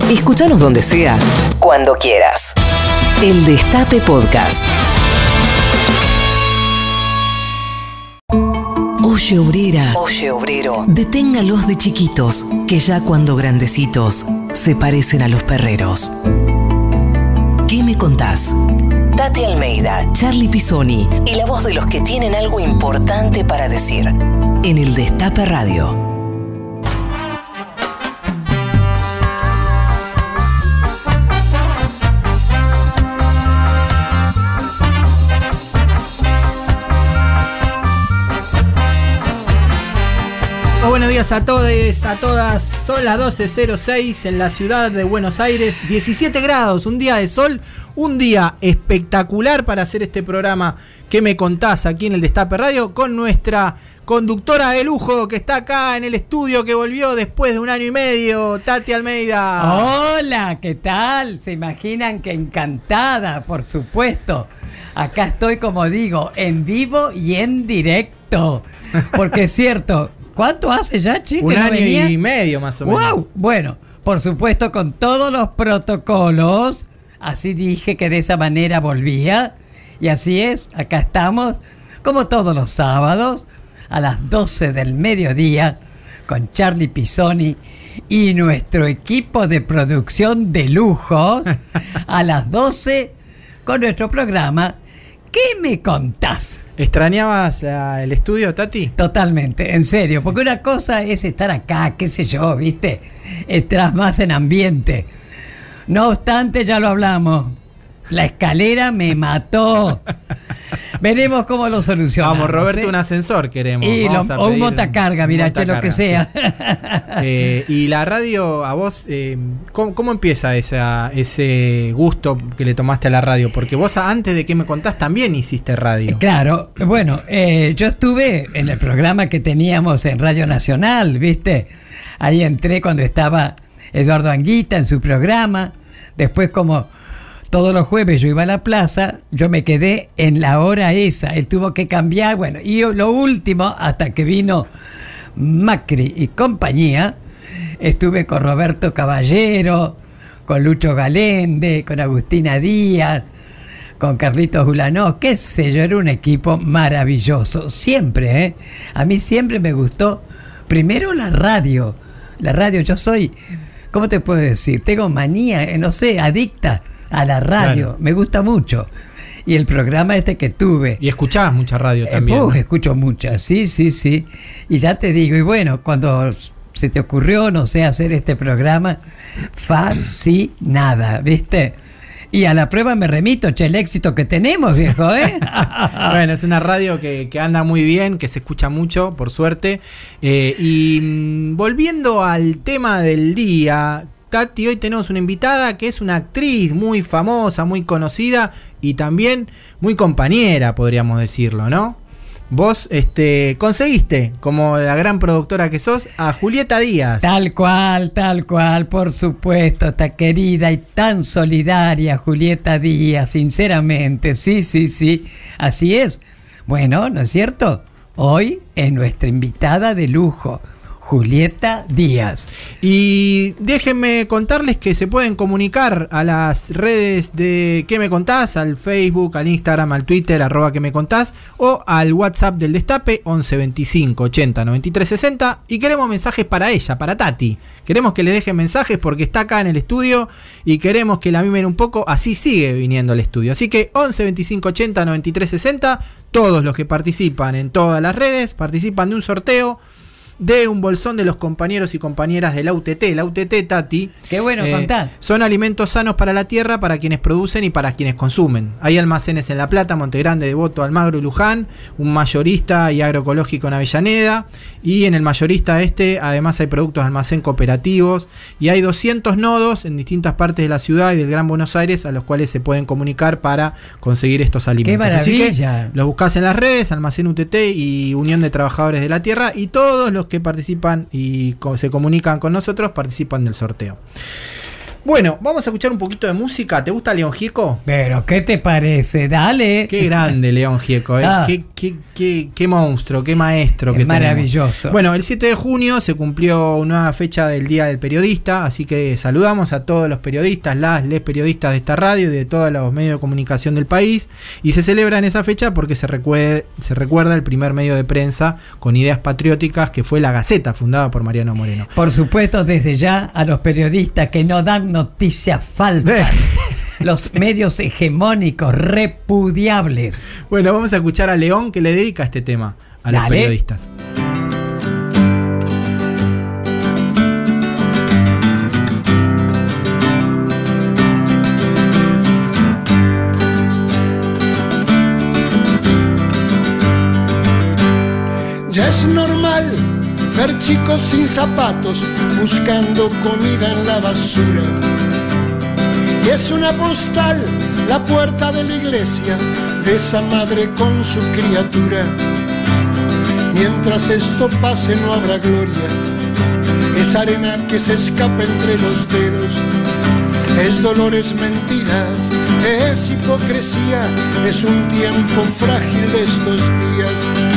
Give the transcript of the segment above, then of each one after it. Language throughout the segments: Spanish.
Escúchanos donde sea, cuando quieras. El Destape Podcast. Oye, obrera. Oye, obrero. Deténgalos de chiquitos, que ya cuando grandecitos se parecen a los perreros. ¿Qué me contás? Tati Almeida, Charlie Pisoni y la voz de los que tienen algo importante para decir. En el Destape Radio. Buenos días a todos, a todas. Son las 12:06 en la ciudad de Buenos Aires. 17 grados, un día de sol, un día espectacular para hacer este programa que me contás aquí en el Destape Radio con nuestra conductora de lujo que está acá en el estudio, que volvió después de 1 año y medio, Tati Almeida. Hola, ¿qué tal? ¿Se imaginan que encantada? Por supuesto. Acá estoy, como digo, en vivo y en directo. Porque es cierto. ¿Cuánto hace ya, chicos? 1 año y medio más o menos. ¡Wow! Bueno, por supuesto con todos los protocolos. Así dije que de esa manera volvía. Y así es, acá estamos, como todos los sábados, a las 12 del mediodía, con Charlie Pisoni y nuestro equipo de producción de lujo, a las 12, con nuestro programa ¿Qué me contás? ¿Extrañabas el estudio, Tati? Totalmente, en serio, porque una cosa es estar acá, qué sé yo, ¿viste? Estás más en ambiente. No obstante, ya lo hablamos, la escalera me mató. Veremos cómo lo solucionamos. Vamos, Roberto, un ascensor queremos. O un montacarga, mira, che, lo que sea. Sí. Y la radio, a vos, ¿cómo empieza ese gusto que le tomaste a la radio? Porque vos antes de que me contás también hiciste radio. Claro, bueno, yo estuve en el programa que teníamos en Radio Nacional, ¿viste? Ahí entré cuando estaba Eduardo Anguita en su programa. Después, como todos los jueves yo iba a la plaza, yo me quedé en la hora esa. Él tuvo que cambiar, bueno, y lo último, hasta que vino Macri y compañía, estuve con Roberto Caballero, con Lucho Galende, con Agustina Díaz, con Carlitos Ulanó, qué sé yo, era un equipo maravilloso. Siempre, ¿eh? A mí siempre me gustó, primero la radio. La radio, yo soy, ¿cómo te puedo decir? Tengo manía, no sé, adicta a la radio, claro. Me gusta mucho. Y el programa que tuve. Y escuchabas mucha radio también. Escucho mucha, sí. Y ya te digo, y bueno, cuando se te ocurrió, no sé, hacer este programa, fascinada, ¿viste? Y a la prueba me remito, el éxito que tenemos, viejo, ¿eh? Bueno, es una radio que anda muy bien, que se escucha mucho, por suerte. Y volviendo al tema del día, Tati, hoy tenemos una invitada que es una actriz muy famosa, muy conocida y también muy compañera, podríamos decirlo, ¿no? Vos conseguiste, como la gran productora que sos, a Julieta Díaz. Tal cual, por supuesto, esta querida y tan solidaria Julieta Díaz, sinceramente, sí, así es. Bueno, ¿no es cierto? Hoy es nuestra invitada de lujo, Julieta Díaz. Y déjenme contarles que se pueden comunicar a las redes de ¿Qué me contás? Al Facebook, al Instagram, al Twitter, @que me contás, o al WhatsApp del Destape, 11 25 80 93 60. Y queremos mensajes para ella, para Tati. Queremos que le dejen mensajes porque está acá en el estudio y queremos que la mimen un poco. Así sigue viniendo al estudio. Así que 11 25 80 93 60. Todos los que participan en todas las redes participan de un sorteo de un bolsón de los compañeros y compañeras de la UTT. La UTT, Tati, qué bueno, contá. Son alimentos sanos para la tierra, para quienes producen y para quienes consumen. Hay almacenes en La Plata, Montegrande, Devoto, Almagro y Luján, un mayorista y agroecológico en Avellaneda, y en el mayorista además hay productos de almacén cooperativos, y hay 200 nodos en distintas partes de la ciudad y del Gran Buenos Aires a los cuales se pueden comunicar para conseguir estos alimentos. ¡Qué maravilla! Así que los buscás en las redes, Almacén UTT y Unión de Trabajadores de la Tierra, y todos los que participan y se comunican con nosotros participan del sorteo. Bueno, vamos a escuchar un poquito de música. ¿Te gusta León Gieco? Pero, ¿qué te parece? Dale. Qué grande León Gieco, ¿eh? Qué monstruo, qué maestro que maravilloso. Tenemos. Bueno, el 7 de junio se cumplió una fecha del Día del Periodista, así que saludamos a todos los periodistas, les periodistas de esta radio y de todos los medios de comunicación del país. Y se celebra en esa fecha porque se recuerda el primer medio de prensa con ideas patrióticas, que fue La Gaceta, fundada por Mariano Moreno. Por supuesto, desde ya a los periodistas que no dan noticias falsas. Los medios hegemónicos, repudiables. Bueno, vamos a escuchar a León, que le dedica este tema a los periodistas. Ya es normal ver chicos sin zapatos buscando comida en la basura. Y es una postal la puerta de la iglesia de esa madre con su criatura. Mientras esto pase no habrá gloria. Es arena que se escapa entre los dedos. Es dolor, es mentiras, es hipocresía. Es un tiempo frágil de estos días.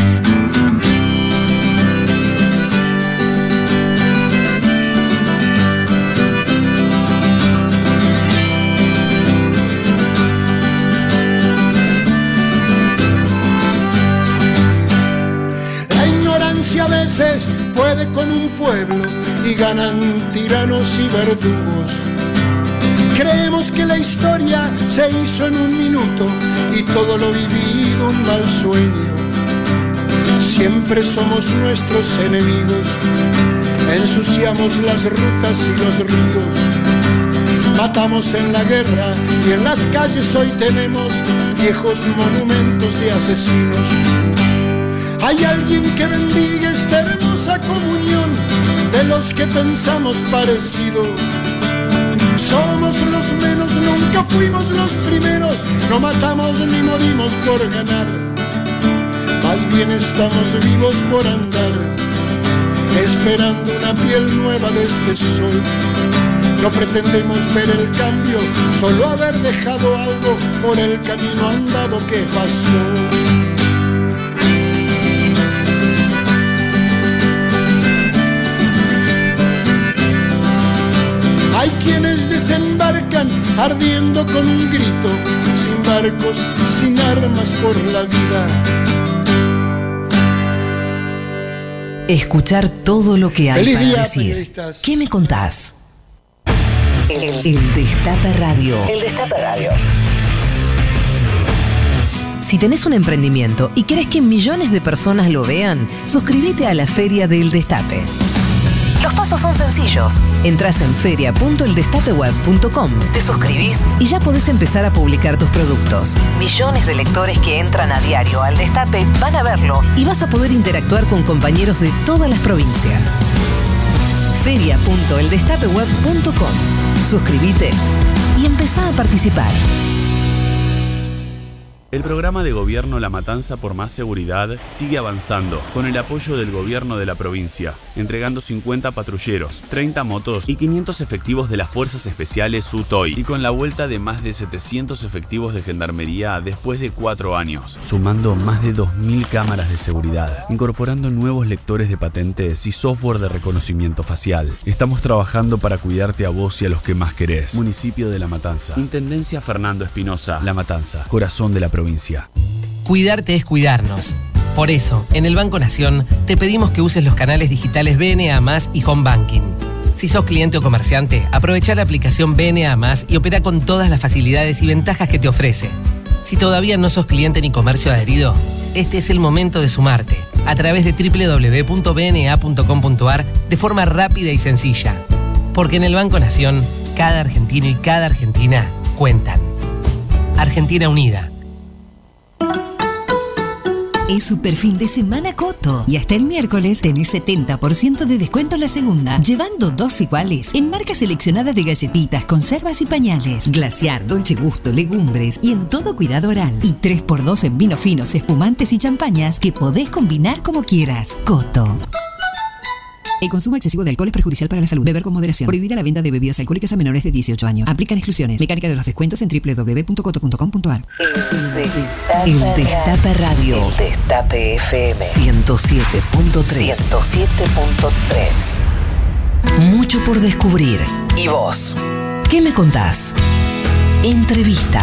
A veces puede con un pueblo y ganan tiranos y verdugos. Creemos que la historia se hizo en un minuto y todo lo vivido un mal sueño. Siempre somos nuestros enemigos, ensuciamos las rutas y los ríos. Matamos en la guerra y en las calles hoy tenemos viejos monumentos de asesinos. Hay alguien que bendiga esta hermosa comunión de los que pensamos parecido. Somos los menos, nunca fuimos los primeros. No matamos ni morimos por ganar. Más bien estamos vivos por andar, esperando una piel nueva de este sol. No pretendemos ver el cambio, solo haber dejado algo por el camino andado que pasó. Hay quienes desembarcan ardiendo con un grito, sin barcos, sin armas por la vida. Escuchar todo lo que hay ¡Feliz para día, decir! periodistas! ¿Qué me contás? El Destape Radio. El Destape Radio. Si tenés un emprendimiento y querés que millones de personas lo vean, suscríbete a la Feria del Destape. Los pasos son sencillos. Entrás en feria.eldestapeweb.com, te suscribís y ya podés empezar a publicar tus productos. Millones de lectores que entran a diario al Destape van a verlo y vas a poder interactuar con compañeros de todas las provincias. feria.eldestapeweb.com. Suscríbete y empezá a participar. El programa de gobierno La Matanza por Más Seguridad sigue avanzando con el apoyo del gobierno de la provincia, entregando 50 patrulleros, 30 motos y 500 efectivos de las Fuerzas Especiales UTOI, y con la vuelta de más de 700 efectivos de Gendarmería después de 4 años, sumando más de 2.000 cámaras de seguridad, incorporando nuevos lectores de patentes y software de reconocimiento facial. Estamos trabajando para cuidarte a vos y a los que más querés. Municipio de La Matanza. Intendencia Fernando Espinosa. La Matanza, corazón de la provincia. Cuidarte es cuidarnos. Por eso, en el Banco Nación, te pedimos que uses los canales digitales BNA+, y Home Banking. Si sos cliente o comerciante, aprovecha la aplicación BNA+, y opera con todas las facilidades y ventajas que te ofrece. Si todavía no sos cliente ni comercio adherido, este es el momento de sumarte a través de www.bna.com.ar de forma rápida y sencilla. Porque en el Banco Nación, cada argentino y cada argentina cuentan. Argentina Unida. Es super fin de semana Coto. Y hasta el miércoles tenés 70% de descuento en la segunda, llevando 2 iguales en marcas seleccionadas de galletitas, conservas y pañales. Glaciar, Dolce Gusto, legumbres y en todo cuidado oral. Y 3x2 en vinos finos, espumantes y champañas que podés combinar como quieras. Coto. El consumo excesivo de alcohol es perjudicial para la salud. Beber con moderación. Prohibida la venta de bebidas alcohólicas a menores de 18 años. Aplican exclusiones. Mecánica de los descuentos en www.coto.com.ar. El Destape Radio. El Destape FM 107.3. 107.3. Mucho por descubrir. ¿Y vos? ¿Qué me contás? Entrevista.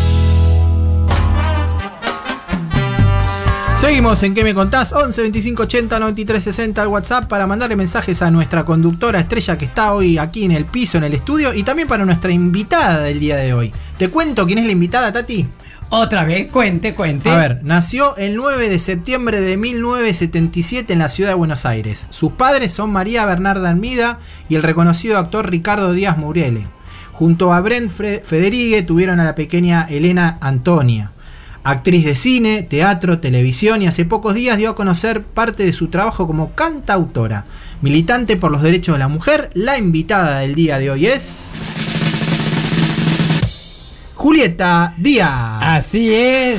Seguimos en ¿Qué me contás? 11 25 80 93 60 al WhatsApp para mandarle mensajes a nuestra conductora estrella que está hoy aquí en el piso, en el estudio, y también para nuestra invitada del día de hoy. ¿Te cuento quién es la invitada, Tati? Otra vez, cuente. A ver, nació el 9 de septiembre de 1977 en la ciudad de Buenos Aires. Sus padres son María Bernarda Almida y el reconocido actor Ricardo Díaz Muriele. Junto a Brent Federigue tuvieron a la pequeña Elena Antonia. Actriz de cine, teatro, televisión, y hace pocos días dio a conocer parte de su trabajo como cantautora. Militante por los derechos de la mujer, la invitada del día de hoy es... Julieta Díaz. Así es.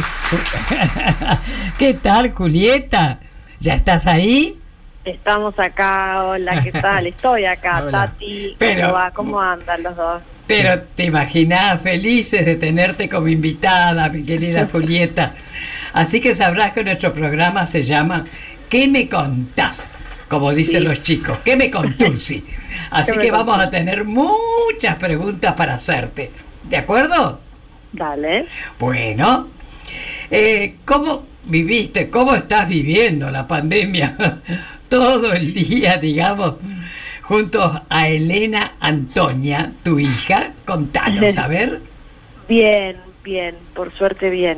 ¿Qué tal, Julieta? ¿Ya estás ahí? Estamos acá, hola, ¿qué tal? Estoy acá, Hola. Tati. Pero- ¿Cómo andan los dos? Pero te imaginás felices de tenerte como invitada, mi querida Julieta. Así que sabrás que nuestro programa se llama ¿Qué me contás? Como dicen Sí. los chicos, ¿qué me contusi? Así ¿Qué me que vamos contás? a tener muchas preguntas para hacerte. ¿De acuerdo? Dale. Bueno, ¿cómo viviste, cómo estás viviendo la pandemia todo el día, digamos, junto a Elena Antonia, tu hija? Contanos, a ver. Bien, por suerte bien.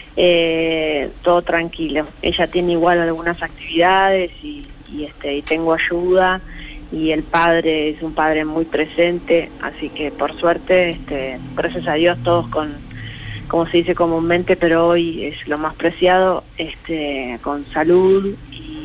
Todo tranquilo. Ella tiene igual algunas actividades y tengo ayuda, y el padre es un padre muy presente, así que por suerte, gracias a Dios, todos como se dice comúnmente, pero hoy es lo más preciado, con salud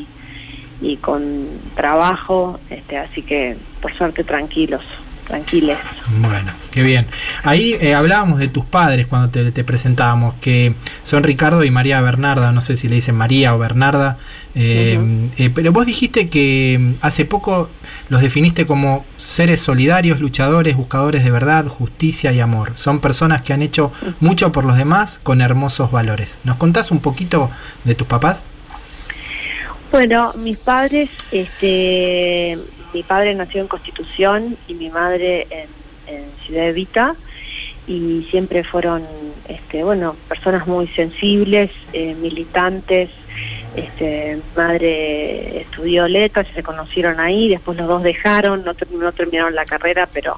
y con trabajo, así que por suerte tranquiles. Bueno, qué bien. Ahí hablábamos de tus padres cuando te presentábamos, que son Ricardo y María Bernarda, no sé si le dicen María o Bernarda, pero vos dijiste que hace poco los definiste como seres solidarios, luchadores, buscadores de verdad, justicia y amor. Son personas que han hecho mucho por los demás con hermosos valores. ¿Nos contás un poquito de tus papás? Bueno, mis padres, mi padre nació en Constitución y mi madre en Ciudad Evita, y siempre fueron, personas muy sensibles, militantes. Mi madre estudió letras y se conocieron ahí, después los dos dejaron, no terminaron la carrera, pero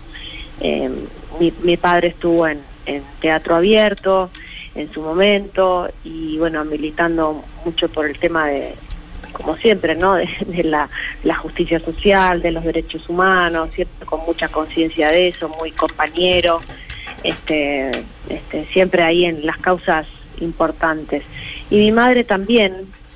mi padre estuvo en teatro abierto en su momento, y bueno, militando mucho por el tema de, como siempre, ¿no? de la justicia social, de los derechos humanos, siempre con mucha conciencia de eso, muy compañero, siempre ahí en las causas importantes. Y mi madre también,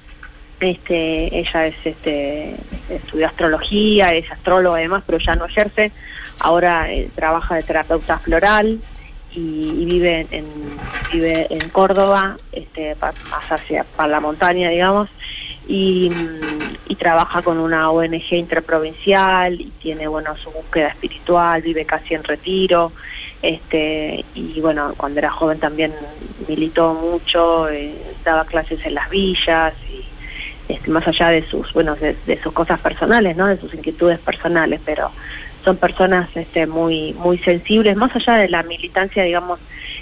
ella estudió astrología, es astróloga además, pero ya no ejerce, ahora trabaja de terapeuta floral y vive en Córdoba, más para la montaña, digamos, y trabaja con una ONG interprovincial y tiene, su búsqueda espiritual, vive casi en retiro, y bueno, cuando era joven también militó mucho, daba clases en las villas, y más allá de sus de sus cosas personales, ¿no? De sus inquietudes personales, pero son personas muy muy sensibles, más allá de la militancia, digamos,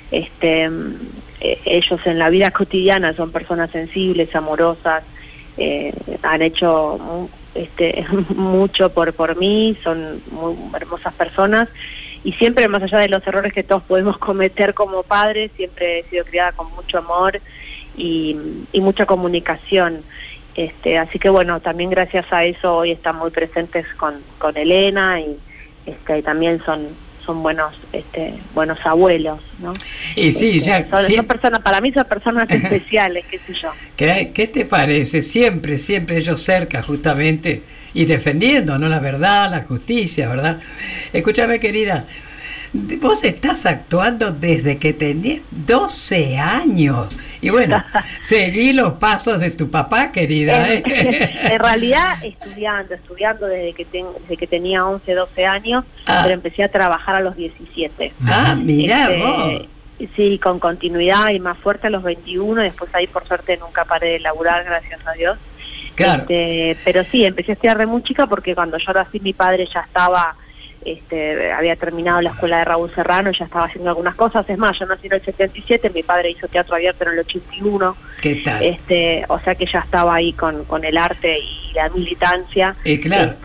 ellos en la vida cotidiana son personas sensibles, amorosas, han hecho mucho por mí, son muy hermosas personas, y siempre, más allá de los errores que todos podemos cometer como padres, siempre he sido criada con mucho amor y mucha comunicación. Así que bueno, también gracias a eso hoy están muy presentes con Elena, y también son buenos abuelos, ¿no? Y sí, son personas, para mí son personas especiales, qué sé yo. ¿Qué te parece? Siempre ellos cerca, justamente, y defendiendo, ¿no? La verdad, la justicia, ¿verdad? Escúchame, querida, Vos estás actuando desde que tenías 12 años. Y bueno, seguí los pasos de tu papá, querida. En realidad, estudiando desde que tenía 11, 12 años, pero empecé a trabajar a los 17. Mirá vos. Sí, con continuidad y más fuerte a los 21, después ahí por suerte nunca paré de laburar, gracias a Dios. Claro. Pero sí, empecé a estudiar de muy chica porque cuando yo nací mi padre ya estaba, había terminado la escuela de Raúl Serrano, ya estaba haciendo algunas cosas. Es más, yo nací en el 77, mi padre hizo teatro abierto en el 81. ¿Qué tal? O sea que ya estaba ahí con el arte y la militancia. Claro.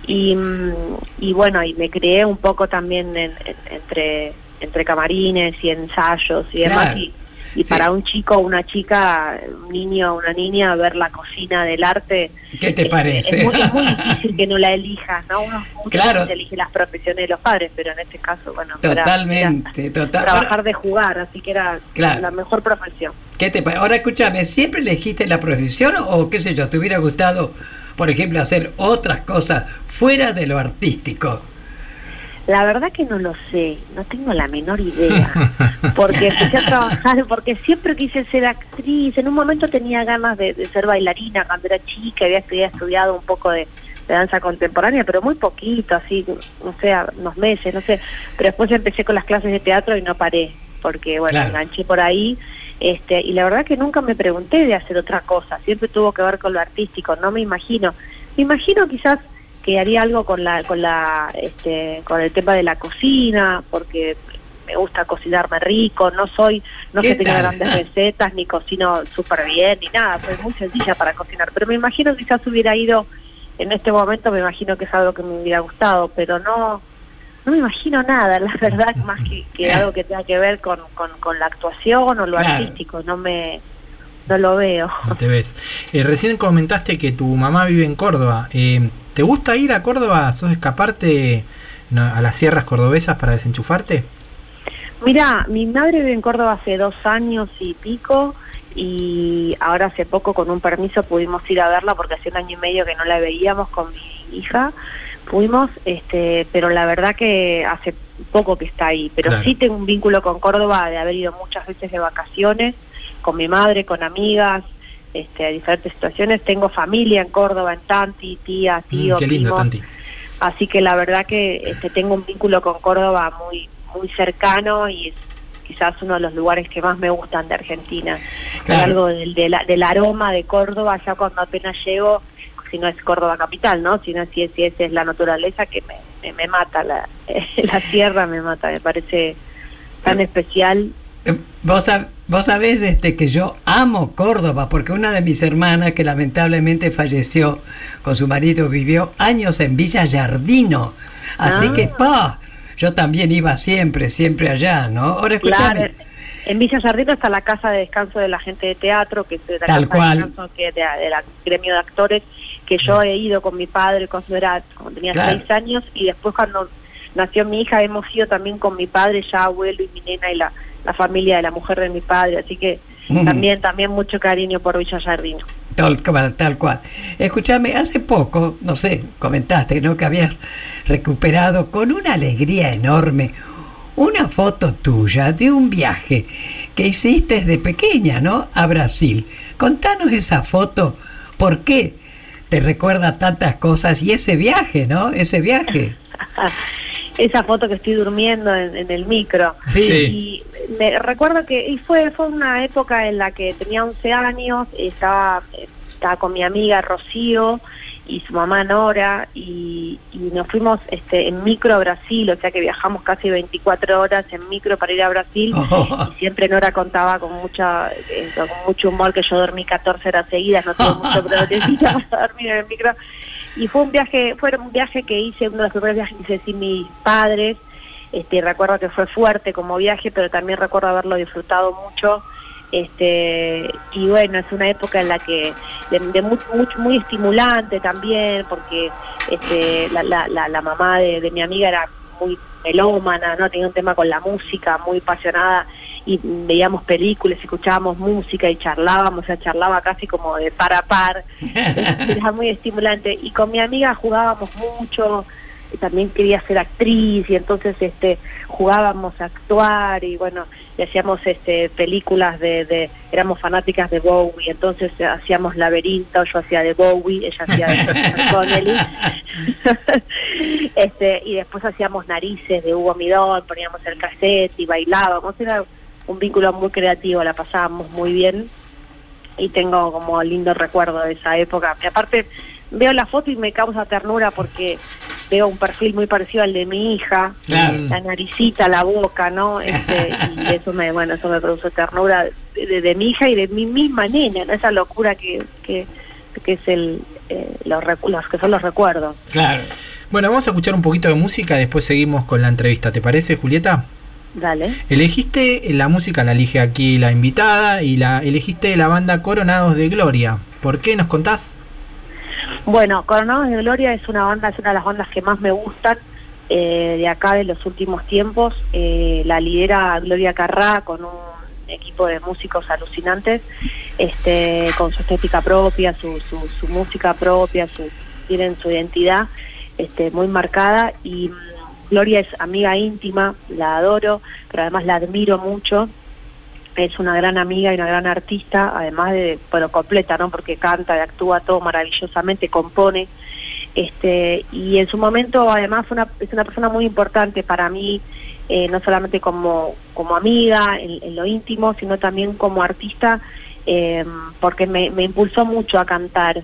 Y bueno, y me crié un poco también entre camarines y ensayos y demás. Claro. Y para un chico, una chica, un niño, una niña, ver la cocina del arte... ¿Qué te parece? Es muy difícil que no la elijas, ¿no? Uno claro. elige las profesiones de los padres, pero en este caso, bueno... Totalmente, era trabajar de jugar, así que era la mejor profesión. ¿Qué te parece? Ahora, escúchame, ¿siempre elegiste la profesión o qué sé yo, te hubiera gustado, por ejemplo, hacer otras cosas fuera de lo artístico? La verdad que no lo sé, no tengo la menor idea, porque empecé a trabajar, porque siempre quise ser actriz. En un momento tenía ganas de ser bailarina cuando era chica, había estudiado un poco de danza contemporánea, pero muy poquito, así, no sé, unos meses, no sé, pero después empecé con las clases de teatro y no paré, porque bueno, enganché por ahí, y la verdad que nunca me pregunté de hacer otra cosa, siempre tuvo que ver con lo artístico, no me imagino quizás que haría algo con el tema de la cocina, porque me gusta cocinarme rico, no que tenga grandes recetas, ni cocino súper bien, ni nada, soy muy sencilla para cocinar, pero me imagino que quizás hubiera ido, en este momento me imagino que es algo que me hubiera gustado, pero no me imagino nada, la verdad, más que algo que tenga que ver con la actuación o lo artístico, no lo veo. No te ves. Recién comentaste que tu mamá vive en Córdoba. ¿Te gusta ir a Córdoba? ¿Sos de escaparte a las sierras cordobesas para desenchufarte? Mira, mi madre vive en Córdoba hace 2 años y pico, y ahora hace poco con un permiso pudimos ir a verla porque hace 1 año y medio que no la veíamos con mi hija. Fuimos, pero la verdad que hace poco que está ahí. Pero sí tengo un vínculo con Córdoba de haber ido muchas veces de vacaciones, con mi madre, con amigas, a diferentes situaciones. Tengo familia en Córdoba, en Tanti, tía, tío, qué lindo, primos. Tanti. Así que la verdad que tengo un vínculo con Córdoba muy muy cercano, y es quizás uno de los lugares que más me gustan de Argentina. Hay algo del aroma de Córdoba, ya cuando apenas llego, si no es Córdoba capital, ¿no? Si esa es la naturaleza que me mata, la sierra me mata, me parece tan especial. Vos sabés que yo amo Córdoba, porque una de mis hermanas, que lamentablemente falleció con su marido, vivió años en Villa Giardino, así que yo también iba siempre allá, ¿no? Ahora escuchame. Claro, en Villa Giardino está la casa de descanso de la gente de teatro, que es de la Tal casa cual. de descanso de la gremio de actores, que yo he ido con mi padre cuando tenía 6 años, y después cuando nació mi hija hemos ido también con mi padre, ya abuelo y mi nena y la familia de la mujer de mi padre, así que también mucho cariño por Villa Giardino. Tal cual. Escúchame, hace poco, no sé, comentaste, ¿no?, que habías recuperado con una alegría enorme una foto tuya de un viaje que hiciste desde pequeña, ¿no?, a Brasil. Contanos esa foto, ¿por qué te recuerda tantas cosas? Y ese viaje, ¿no?, ese viaje. Esa foto que estoy durmiendo en el micro. Sí. Y me recuerdo que fue una época en la que tenía 11 años, estaba con mi amiga Rocío y su mamá Nora, y nos fuimos en micro a Brasil, o sea que viajamos casi 24 horas en micro para ir a Brasil, y siempre Nora contaba con mucho humor que yo dormí 14 horas seguidas, no tuve mucho problemita para dormir en el micro. Y fue un viaje que hice, uno de los primeros viajes que hice sin mis padres. Recuerdo que fue fuerte como viaje, pero también recuerdo haberlo disfrutado mucho. Y bueno, es una época en la que muy estimulante también, porque la mamá de mi amiga era muy melómana, ¿no? Tenía un tema con la música, muy apasionada, y veíamos películas, escuchábamos música y charlábamos, o sea, charlaba casi como de par a par. Era muy estimulante, y con mi amiga jugábamos mucho, también quería ser actriz, y entonces jugábamos a actuar, y bueno, y hacíamos películas éramos fanáticas de Bowie, entonces hacíamos Laberinto, yo hacía de Bowie, ella hacía de George Connelly. Y después hacíamos Narices de Hugo Midón, poníamos el cassette y bailábamos, era un vínculo muy creativo, la pasábamos muy bien, y tengo como lindo recuerdo de esa época. Y aparte veo la foto y me causa ternura porque veo un perfil muy parecido al de mi hija, claro. La naricita, la boca, ¿no? Y eso me produce ternura de mi hija y de mi misma nena, ¿no? Esa locura que es los que son los recuerdos. Claro. Bueno, vamos a escuchar un poquito de música, después seguimos con la entrevista, ¿te parece, Julieta? Dale. Elegiste la música, la elige aquí la invitada, y elegiste la banda Coronados de Gloria. ¿Por qué? ¿Nos contás? Bueno, Coronados de Gloria es una de las bandas que más me gustan de acá de los últimos tiempos. La lidera Gloria Carrá con un equipo de músicos alucinantes, con su estética propia, su música propia, tienen su identidad muy marcada, y Gloria es amiga íntima, la adoro, pero además la admiro mucho. Es una gran amiga y una gran artista, además completa, ¿no? Porque canta y actúa todo maravillosamente, compone. Y en su momento, además, es una persona muy importante para mí, no solamente como amiga en lo íntimo, sino también como artista, porque me impulsó mucho a cantar.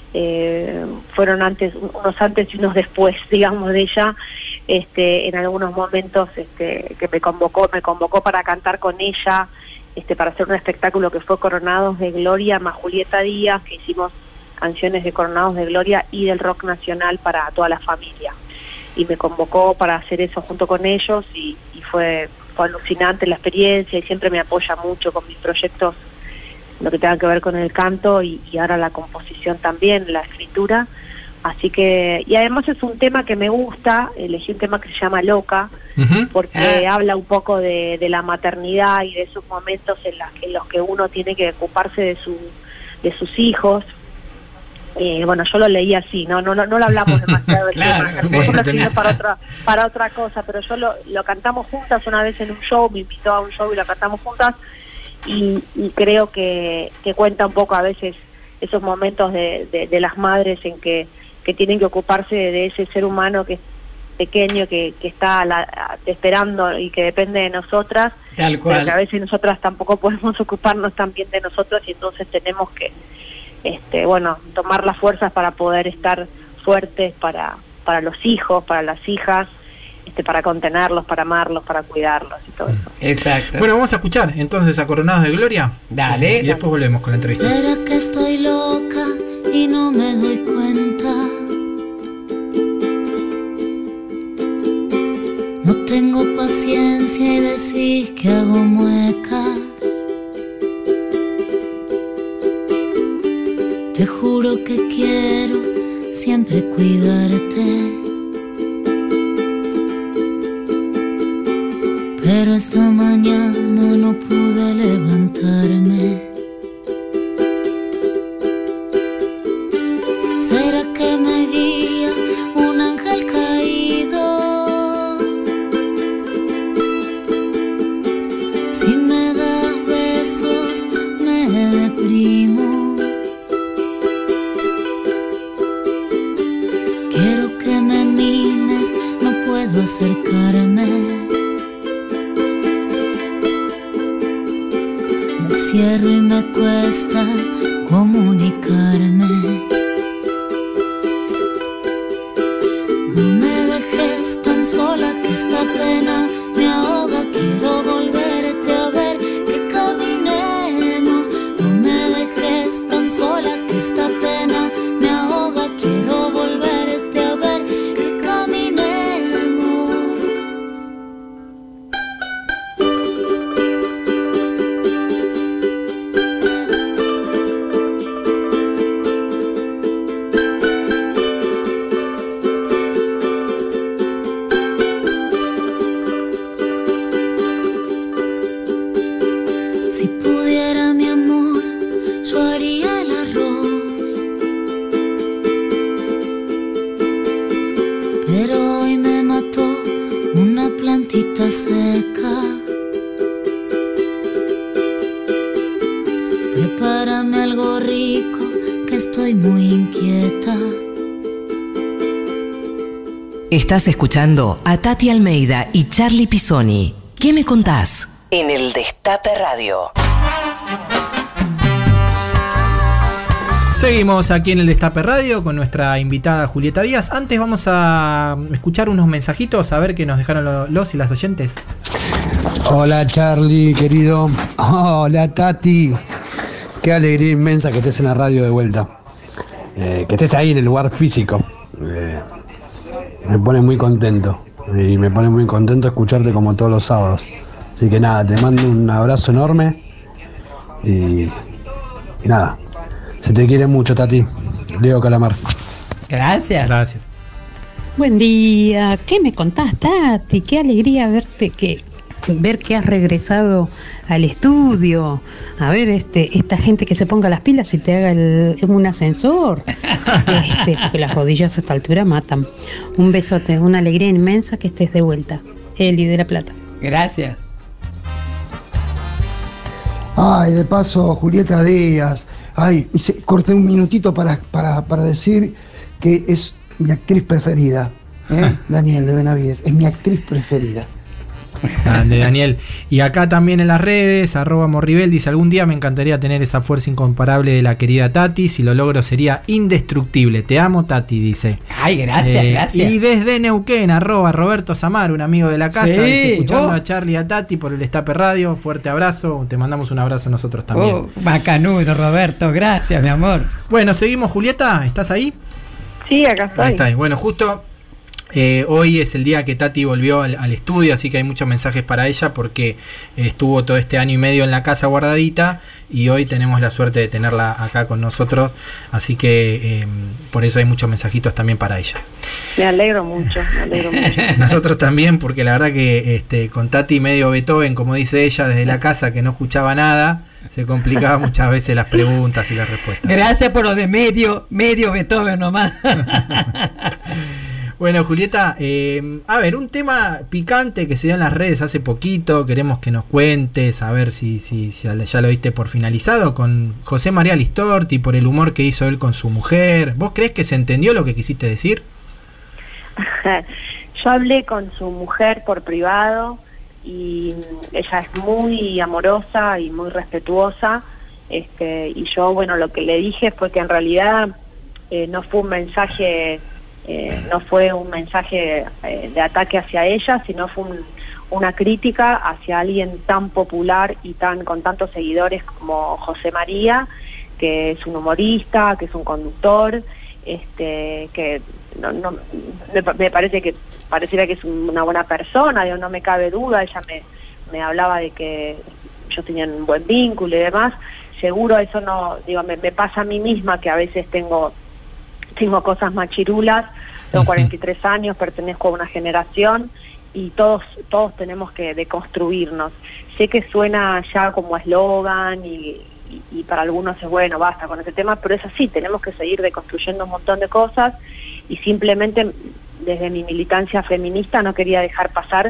Fueron unos antes y unos después, digamos, de ella. En algunos momentos que me convocó para cantar con ella, para hacer un espectáculo que fue Coronados de Gloria más Julieta Díaz, que hicimos canciones de Coronados de Gloria y del rock nacional para toda la familia, y me convocó para hacer eso junto con ellos, y fue alucinante la experiencia, y siempre me apoya mucho con mis proyectos, lo que tenga que ver con el canto, y ahora la composición también, la escritura. Así que, y además es un tema que me gusta, elegí un tema que se llama Loca, porque habla un poco de la maternidad y de esos momentos en los que uno tiene que ocuparse de sus hijos. Bueno, yo lo leí así, no lo hablamos demasiado del tema, lo escribí para otra cosa, pero yo lo cantamos juntas una vez en un show, me invitó a un show y lo cantamos juntas, y creo que cuenta un poco a veces esos momentos de las madres en que tienen que ocuparse de ese ser humano que es pequeño, que está esperando y que depende de nosotras, tal cual. Pero que a veces nosotras tampoco podemos ocuparnos tan bien de nosotros, y entonces tenemos que tomar las fuerzas para poder estar fuertes para los hijos, para las hijas, para contenerlos, para amarlos, para cuidarlos y todo eso. Exacto. Bueno, vamos a escuchar entonces a Coronados de Gloria. Dale. Y después volvemos con la entrevista. ¿Será que estoy loca y no me doy cuenta? No tengo paciencia y decís que hago muecas. Te juro que quiero siempre cuidarte, pero esta mañana no pude levantarme. ¿Será que me guía un ángel caído? Si me das besos me deprimo. Quiero que me mimes, no puedo acercarme. Me cierro y me cuesta comunicarme. No me dejes tan sola que esta pena me ahoga. Quiero volverte a ver, que caminemos. No me dejes tan sola que esta pena me ahoga. Quiero volverte a ver, que caminemos. hojita seca. Prepárame algo rico, que estoy muy inquieta. Estás escuchando a Tati Almeida y Charlie Pisoni. ¿Qué me contás? En el Destape Radio. Seguimos aquí en el Destape Radio con nuestra invitada Julieta Díaz. Antes vamos a escuchar unos mensajitos a ver qué nos dejaron los y las oyentes. Hola Charlie, querido. Hola Tati. Qué alegría inmensa que estés en la radio de vuelta. Que estés ahí en el lugar físico. Me pone muy contento. Y me pone muy contento escucharte como todos los sábados. Así que nada, te mando un abrazo enorme. Y nada. Se te quiere mucho, Tati. Leo Calamar. Gracias. Gracias. Buen día. ¿Qué me contás, Tati? Qué alegría ver que has regresado al estudio. A ver, esta gente que se ponga las pilas y te haga un ascensor. Porque las rodillas a esta altura matan. Un besote, una alegría inmensa que estés de vuelta. Eli de La Plata. Gracias. Ay, de paso, Julieta Díaz. Ay, corté un minutito para decir que es mi actriz preferida. Daniel de Benavides, es mi actriz preferida. Grande, Daniel. Y acá también en las redes, @Morribel dice: algún día me encantaría tener esa fuerza incomparable de la querida Tati. Si lo logro sería indestructible. Te amo, Tati, dice. Ay, gracias, gracias. Y desde Neuquén, @Roberto Samar, un amigo de la casa, Sí, dice, escuchando a Charlie y a Tati por el Destape Radio. Fuerte abrazo. Te mandamos un abrazo nosotros también. Bacanudo, Roberto. Gracias, mi amor. Bueno, seguimos, Julieta. ¿Estás ahí? Sí, acá estoy. Ahí está. Bueno, justo hoy es el día que Tati volvió al estudio, así que hay muchos mensajes para ella porque estuvo todo este año y medio en la casa guardadita y hoy tenemos la suerte de tenerla acá con nosotros, así que por eso hay muchos mensajitos también para ella. Me alegro mucho. Nosotros también, porque la verdad que con Tati medio Beethoven, como dice ella, desde la casa que no escuchaba nada, se complicaba muchas veces las preguntas y las respuestas. Gracias por lo de medio Beethoven nomás. Bueno, Julieta, a ver, un tema picante que se dio en las redes hace poquito, queremos que nos cuentes, a ver si ya lo diste por finalizado, con José María Listorti, por el humor que hizo él con su mujer. ¿Vos crees que se entendió lo que quisiste decir? Yo hablé con su mujer por privado y ella es muy amorosa y muy respetuosa, y yo, bueno, lo que le dije fue que en realidad no fue un mensaje... no fue un mensaje de ataque hacia ella, sino fue una crítica hacia alguien tan popular y con tantos seguidores como José María, que es un humorista, que es un conductor, que me parece que pareciera que es una buena persona, no me cabe duda. Ella me hablaba de que ellos tenían un buen vínculo y demás. Seguro eso no, me pasa a mí misma, que a veces tengo cosas machirulas, tengo 43 años, pertenezco a una generación y todos tenemos que deconstruirnos. Sé que suena ya como eslogan y para algunos es bueno, basta con ese tema, pero es así, tenemos que seguir deconstruyendo un montón de cosas y simplemente desde mi militancia feminista no quería dejar pasar,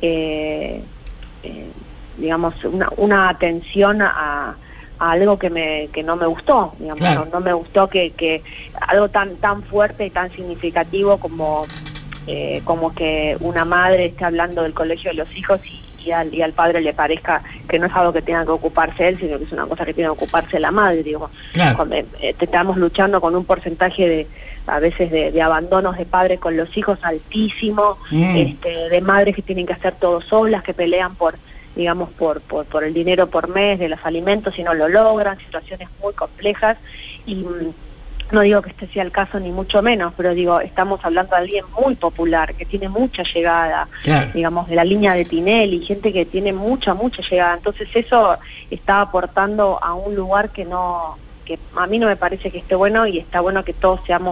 digamos, una atención a algo que no me gustó, digamos. Claro. No me gustó que algo tan fuerte y tan significativo como que una madre esté hablando del colegio de los hijos y al padre le parezca que no es algo que tenga que ocuparse él, sino que es una cosa que tiene que ocuparse la madre, digamos. Claro. Cuando estamos luchando con un porcentaje a veces de abandonos de padres con los hijos altísimo, de madres que tienen que hacer todo solas, que pelean por el dinero por mes de los alimentos y no lo logran, situaciones muy complejas, y no digo que este sea el caso ni mucho menos, pero digo, estamos hablando de alguien muy popular, que tiene mucha llegada, claro, digamos, de la línea de Tinelli, gente que tiene mucha llegada, entonces eso está aportando a un lugar que a mí no me parece que esté bueno, y está bueno que todos seamos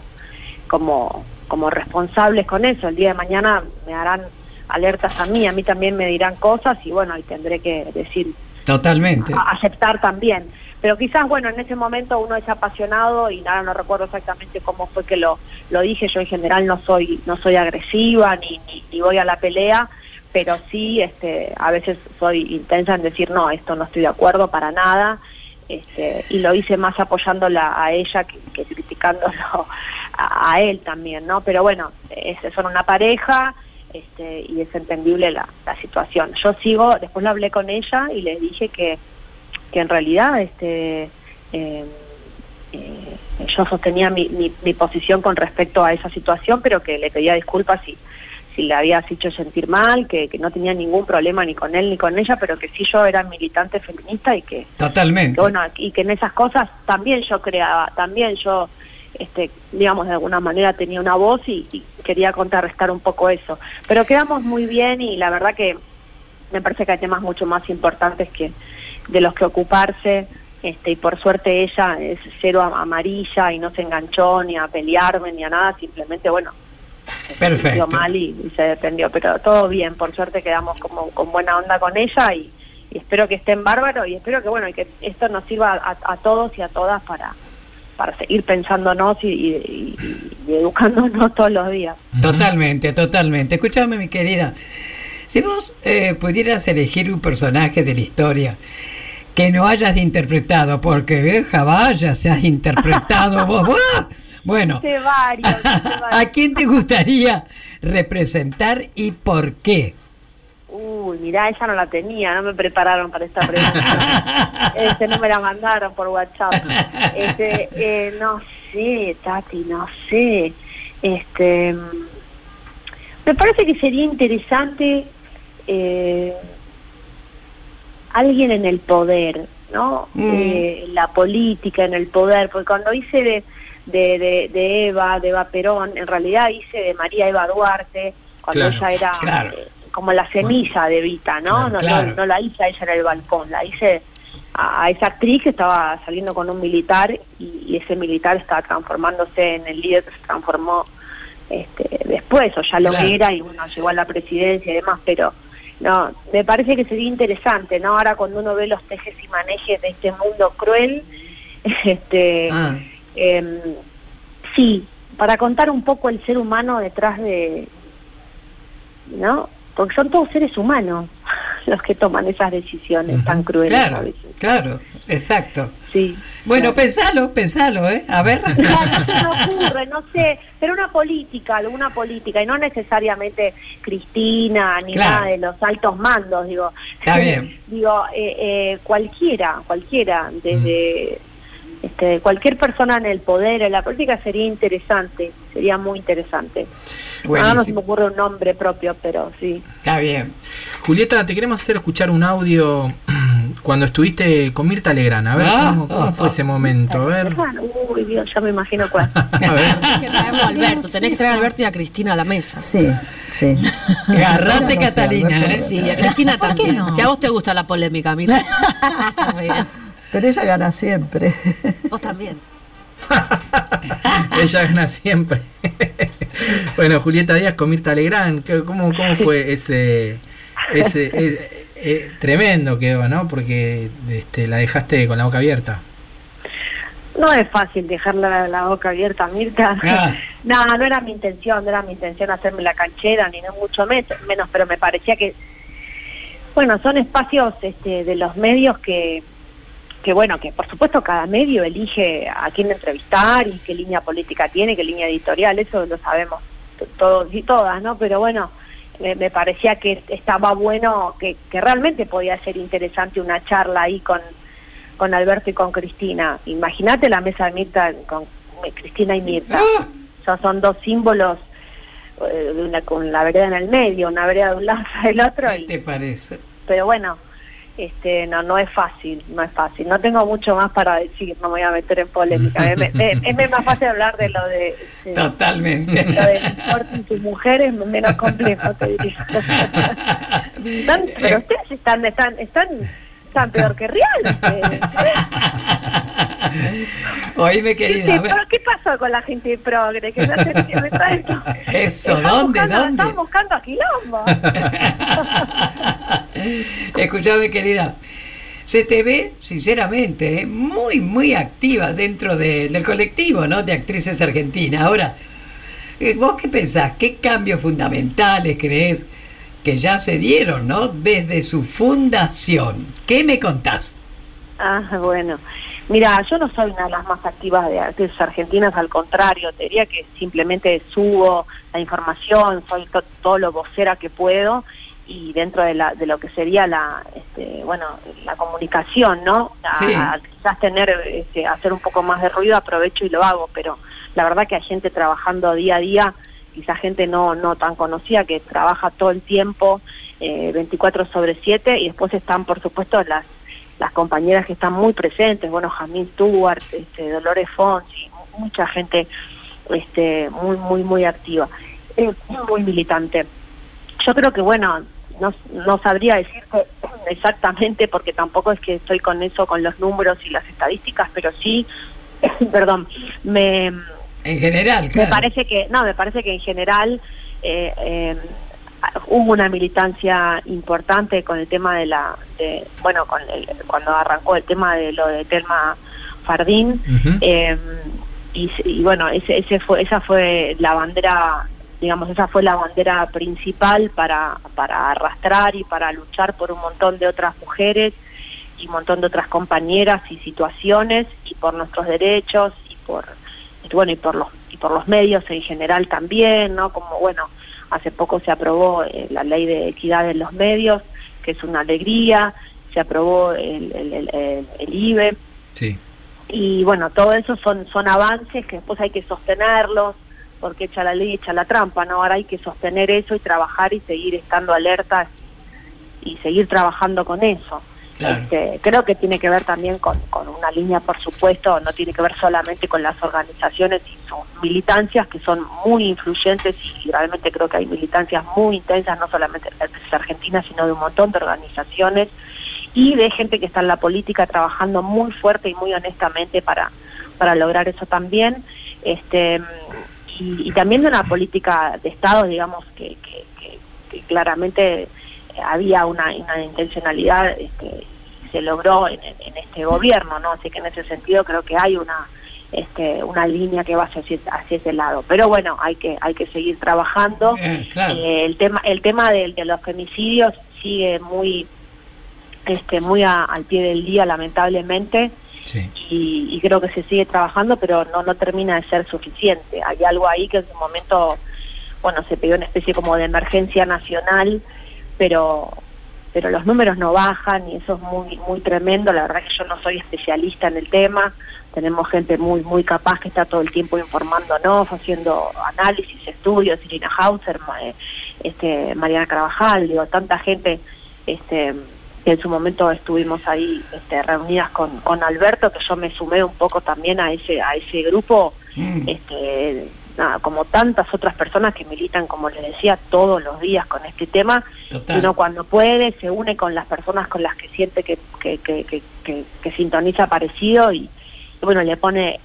como responsables con eso. El día de mañana me harán alertas a mí también me dirán cosas y bueno, y tendré que decir, totalmente, aceptar también, pero quizás, bueno, en ese momento uno es apasionado y nada, no recuerdo exactamente cómo fue que lo dije. Yo en general no soy agresiva ni voy a la pelea, pero sí, a veces soy intensa en decir, no, esto no estoy de acuerdo para nada, y lo hice más apoyándola a ella que criticándolo a él también, ¿no? Pero bueno, son una pareja, y es entendible la situación. Yo sigo, después lo hablé con ella y le dije que en realidad yo sostenía mi posición con respecto a esa situación, pero que le pedía disculpas si le habías hecho sentir mal, que no tenía ningún problema ni con él ni con ella, pero que sí yo era militante feminista y que... Totalmente. Que, bueno, y que en esas cosas también yo creaba, también yo, digamos, de alguna manera tenía una voz y quería contrarrestar un poco eso. Pero quedamos muy bien y la verdad que me parece que hay temas mucho más importantes que de los que ocuparse, y por suerte ella es cero amarilla y no se enganchó ni a pelearme ni a nada, simplemente, bueno, se sintió mal y se defendió, pero todo bien, por suerte quedamos como con buena onda con ella y espero que estén bárbaros y espero que, bueno, y que esto nos sirva a todos y a todas para seguir pensándonos y educándonos todos los días. Totalmente, totalmente. Escúchame, mi querida, si vos pudieras elegir un personaje de la historia que no hayas interpretado, porque vieja, vaya, se has interpretado vos. Bueno, varios. ¿A quién te gustaría representar y por qué? Uy, mirá, esa no la tenía, no me prepararon para esta pregunta. No me la mandaron por WhatsApp. No sé, Tati, no sé. Me parece que sería interesante alguien en el poder, ¿no? La política en el poder, porque cuando hice de Eva Perón, en realidad hice de María Eva Duarte, cuando ella era como la semilla de Evita, ¿no? No la hice a ella en el balcón, la hice a esa actriz que estaba saliendo con un militar y ese militar estaba transformándose en el líder que se transformó después, o ya lo era, y bueno, llegó a la presidencia y demás, pero no, me parece que sería interesante, ¿no? Ahora cuando uno ve los tejes y manejes de este mundo cruel, sí, para contar un poco el ser humano detrás de, ¿no? Porque son todos seres humanos los que toman esas decisiones tan crueles a veces. Claro, exacto. Sí. Bueno, pensalo, a ver. Claro, no se me ocurre, no sé, pero alguna política, y no necesariamente Cristina, ni nada de los altos mandos, digo. Está bien. Digo, cualquiera, desde cualquier persona en el poder, en la política, sería interesante, sería muy interesante. Ahora no se me ocurre un nombre propio, pero sí. Está bien. Julieta, te queremos hacer escuchar un audio cuando estuviste con Mirta Legrand. A ver, ¿cómo fue ese momento? A ver. Uy, Dios, ya me imagino cuál. A ver. Tenés que traer a Alberto y a Cristina a la mesa. Sí. Agarrate, Catalina. Sí, y a Cristina también. No? Si a vos te gusta la polémica, Mirta. Muy bien. Pero ella gana siempre. Vos también. Ella gana siempre. Bueno, Julieta Díaz con Mirta Legrand, ¿cómo fue ese tremendo quedó, ¿no? Porque la dejaste con la boca abierta. No es fácil dejar la boca abierta, Mirta. No era mi intención, hacerme la canchera, ni no mucho menos, pero me parecía que, bueno, son espacios de los medios que bueno, que por supuesto cada medio elige a quién entrevistar y qué línea política tiene, qué línea editorial, eso lo sabemos todos y todas, ¿no? Pero bueno, me parecía que estaba bueno, que realmente podía ser interesante una charla ahí con Alberto y con Cristina. Imagínate la mesa de Mirta con Cristina y Mirta. Son dos símbolos, con la vereda en el medio, una vereda de un lado y del otro. ¿Qué te parece? Pero bueno, no es fácil. No tengo mucho más para decir, no me voy a meter en polémica. Es más fácil hablar de lo de... Totalmente. Lo de Corti y sus mujeres, menos complejo, te diría. Pero ustedes están peor que Real. Oíme, querida. ¿Pero qué pasó con la gente progre? Que no se entiende tanto. Eso, ¿dónde? Están buscando a quilombo. Escuchame, querida. Se te ve, sinceramente, muy, muy activa dentro del colectivo, ¿no? De actrices argentinas. Ahora, ¿vos qué pensás? ¿Qué cambios fundamentales crees que ya se dieron, ¿no? Desde su fundación. ¿Qué me contás? Bueno. Mira, yo no soy una de las más activas de artes argentinas, al contrario, te diría que simplemente subo la información, soy todo lo vocera que puedo, y dentro de lo que sería la comunicación, ¿no? Quizás hacer un poco más de ruido, aprovecho y lo hago, pero la verdad que hay gente trabajando día a día, quizás gente no tan conocida, que trabaja todo el tiempo, 24/7, y después están, por supuesto, las compañeras que están muy presentes, bueno, Jasmine Stewart, Dolores Fonsi, mucha gente muy activa, muy militante. Yo creo que, bueno, no sabría decirte exactamente, porque tampoco es que estoy con eso, con los números y las estadísticas, pero sí, perdón, en general, claro. Me parece que en general hubo una militancia importante con el tema cuando arrancó el tema de lo de Telma Fardín, y bueno, esa fue la bandera, digamos, esa fue la bandera principal para arrastrar y para luchar por un montón de otras mujeres y un montón de otras compañeras y situaciones, y por nuestros derechos, y por los medios en general también, ¿no? Como, bueno, hace poco se aprobó la ley de equidad en los medios, que es una alegría, se aprobó el IBE, sí. Y bueno, todo eso son avances que después hay que sostenerlos, porque echa la ley, echa la trampa, ¿no? Ahora hay que sostener eso y trabajar y seguir estando alertas y seguir trabajando con eso. Claro. Creo que tiene que ver también con una línea, por supuesto, no tiene que ver solamente con las organizaciones y sus militancias, que son muy influyentes, y realmente creo que hay militancias muy intensas, no solamente de Argentina, sino de un montón de organizaciones y de gente que está en la política trabajando muy fuerte y muy honestamente para lograr eso también, y también de una política de Estado, digamos, que claramente había una intencionalidad, se logró en este gobierno, ¿no? Así que en ese sentido creo que hay una línea que va hacia ese lado. Pero bueno, hay que seguir trabajando. Claro. El tema de los femicidios sigue muy al pie del día, lamentablemente. Sí. Y creo que se sigue trabajando, pero no termina de ser suficiente. Hay algo ahí que en su momento, bueno, se pegó una especie como de emergencia nacional, pero los números no bajan, y eso es muy tremendo. La verdad que yo no soy especialista en el tema, tenemos gente muy capaz que está todo el tiempo informándonos, haciendo análisis, estudios, Irina Hauser, Mariana Carvajal, digo, tanta gente que en su momento estuvimos ahí reunidas con Alberto, que yo me sumé un poco también a ese grupo, como tantas otras personas que militan, como les decía, todos los días con este tema. Total. Uno cuando puede se une con las personas con las que siente que sintoniza parecido, y bueno, le pone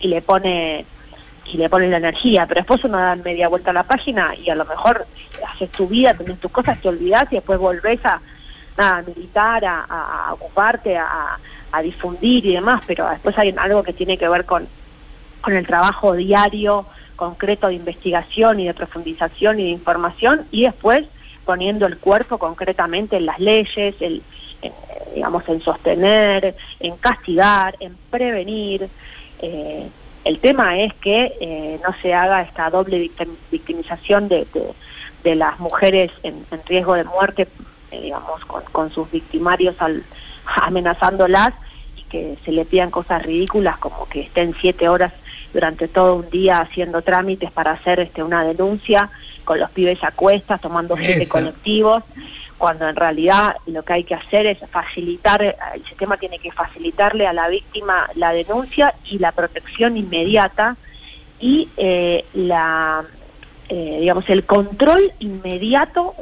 la energía, pero después uno da media vuelta a la página y a lo mejor haces tu vida, tenés tus cosas, te olvidás, y después volvés a militar, a ocuparte, a difundir y demás, pero después hay algo que tiene que ver con el trabajo diario, concreto, de investigación y de profundización y de información, y después poniendo el cuerpo concretamente en las leyes, en sostener, en castigar, en prevenir. El tema es que no se haga esta doble victimización de las mujeres en riesgo de muerte, con sus victimarios amenazándolas, y que se le pidan cosas ridículas como que estén 7 horas durante todo un día haciendo trámites para hacer una denuncia, con los pibes a cuestas, tomando 7 colectivos, cuando en realidad lo que hay que hacer es facilitar, el sistema tiene que facilitarle a la víctima la denuncia y la protección inmediata, y el control inmediato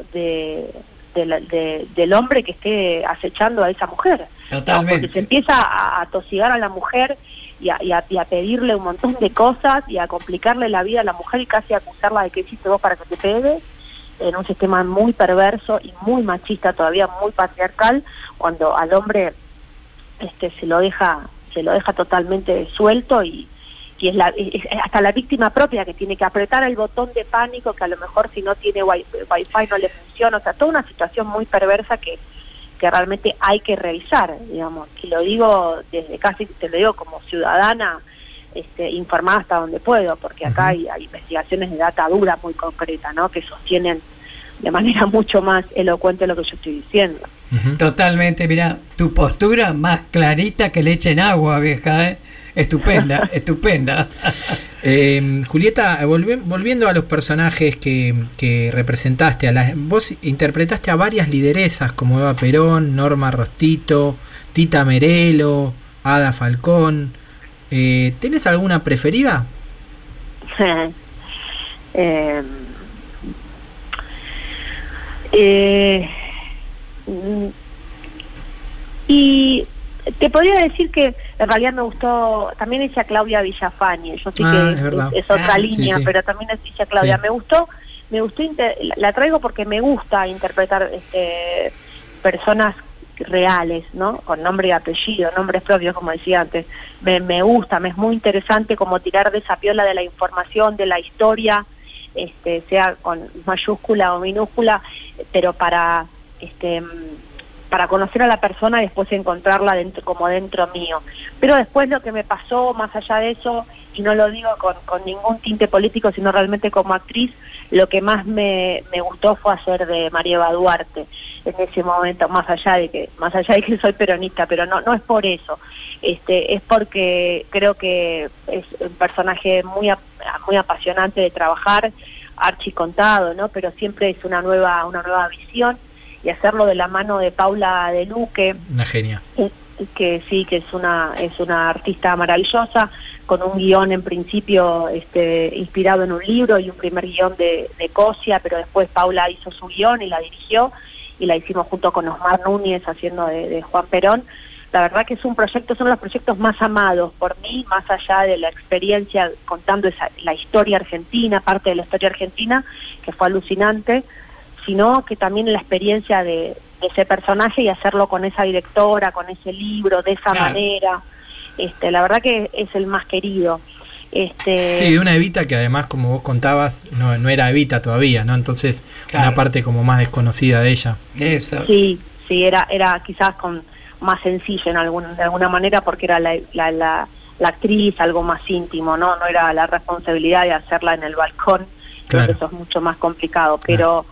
del hombre que esté acechando a esa mujer. Totalmente. Porque se empieza a atosigar a la mujer y a pedirle un montón de cosas y a complicarle la vida a la mujer y casi acusarla de que hiciste vos para que te pegues, en un sistema muy perverso y muy machista, todavía muy patriarcal, cuando al hombre se lo deja totalmente suelto, y si es hasta la víctima propia que tiene que apretar el botón de pánico, que a lo mejor si no tiene wifi no le funciona, o sea, toda una situación muy perversa que realmente hay que revisar, digamos, y lo digo desde casi, te lo digo como ciudadana informada hasta donde puedo, porque acá hay investigaciones de data dura muy concreta, ¿no?, que sostienen de manera mucho más elocuente lo que yo estoy diciendo. Totalmente, mira, tu postura más clarita que leche en agua, vieja, ¿eh? Estupenda, estupenda. Julieta, volviendo a los personajes que representaste, vos interpretaste a varias lideresas como Eva Perón, Norma Rostito, Tita Merelo, Ada Falcón. ¿Tenés alguna preferida? Y te podría decir que en realidad me gustó, también hice a Claudia Villafañe, yo sé que es otra línea, sí. Pero también hice a Claudia, sí. me gustó la traigo porque me gusta interpretar personas reales, ¿no?, con nombre y apellido, nombres propios, como decía antes. Me gusta, me es muy interesante como tirar de esa piola de la información, de la historia, sea con mayúscula o minúscula, pero para conocer a la persona y después encontrarla dentro mío. Pero después lo que me pasó, más allá de eso, y no lo digo con ningún tinte político, sino realmente como actriz, lo que más me gustó fue hacer de María Eva Duarte en ese momento, más allá de que soy peronista, pero no es por eso, es porque creo que es un personaje muy apasionante de trabajar, archicontado, ¿no?, pero siempre es una nueva visión, y hacerlo de la mano de Paula De Luque, una genia, que sí, que es una artista maravillosa, con un guión en principio inspirado en un libro y un primer guión de Cosia, pero después Paula hizo su guión y la dirigió, y la hicimos junto con Osmar Núñez haciendo de Juan Perón. La verdad que es un proyecto, son los proyectos más amados por mí, más allá de la experiencia contando la historia argentina, parte de la historia argentina, que fue alucinante, sino que también la experiencia de ese personaje y hacerlo con esa directora, con ese libro, de esa manera. La verdad que es el más querido. Sí, de una Evita que además, como vos contabas, no era Evita todavía, ¿no? Entonces, una parte como más desconocida de ella. Eso. Sí, era quizás más sencillo de alguna manera, porque era la actriz, algo más íntimo, ¿no? No era la responsabilidad de hacerla en el balcón, creo que eso es mucho más complicado, pero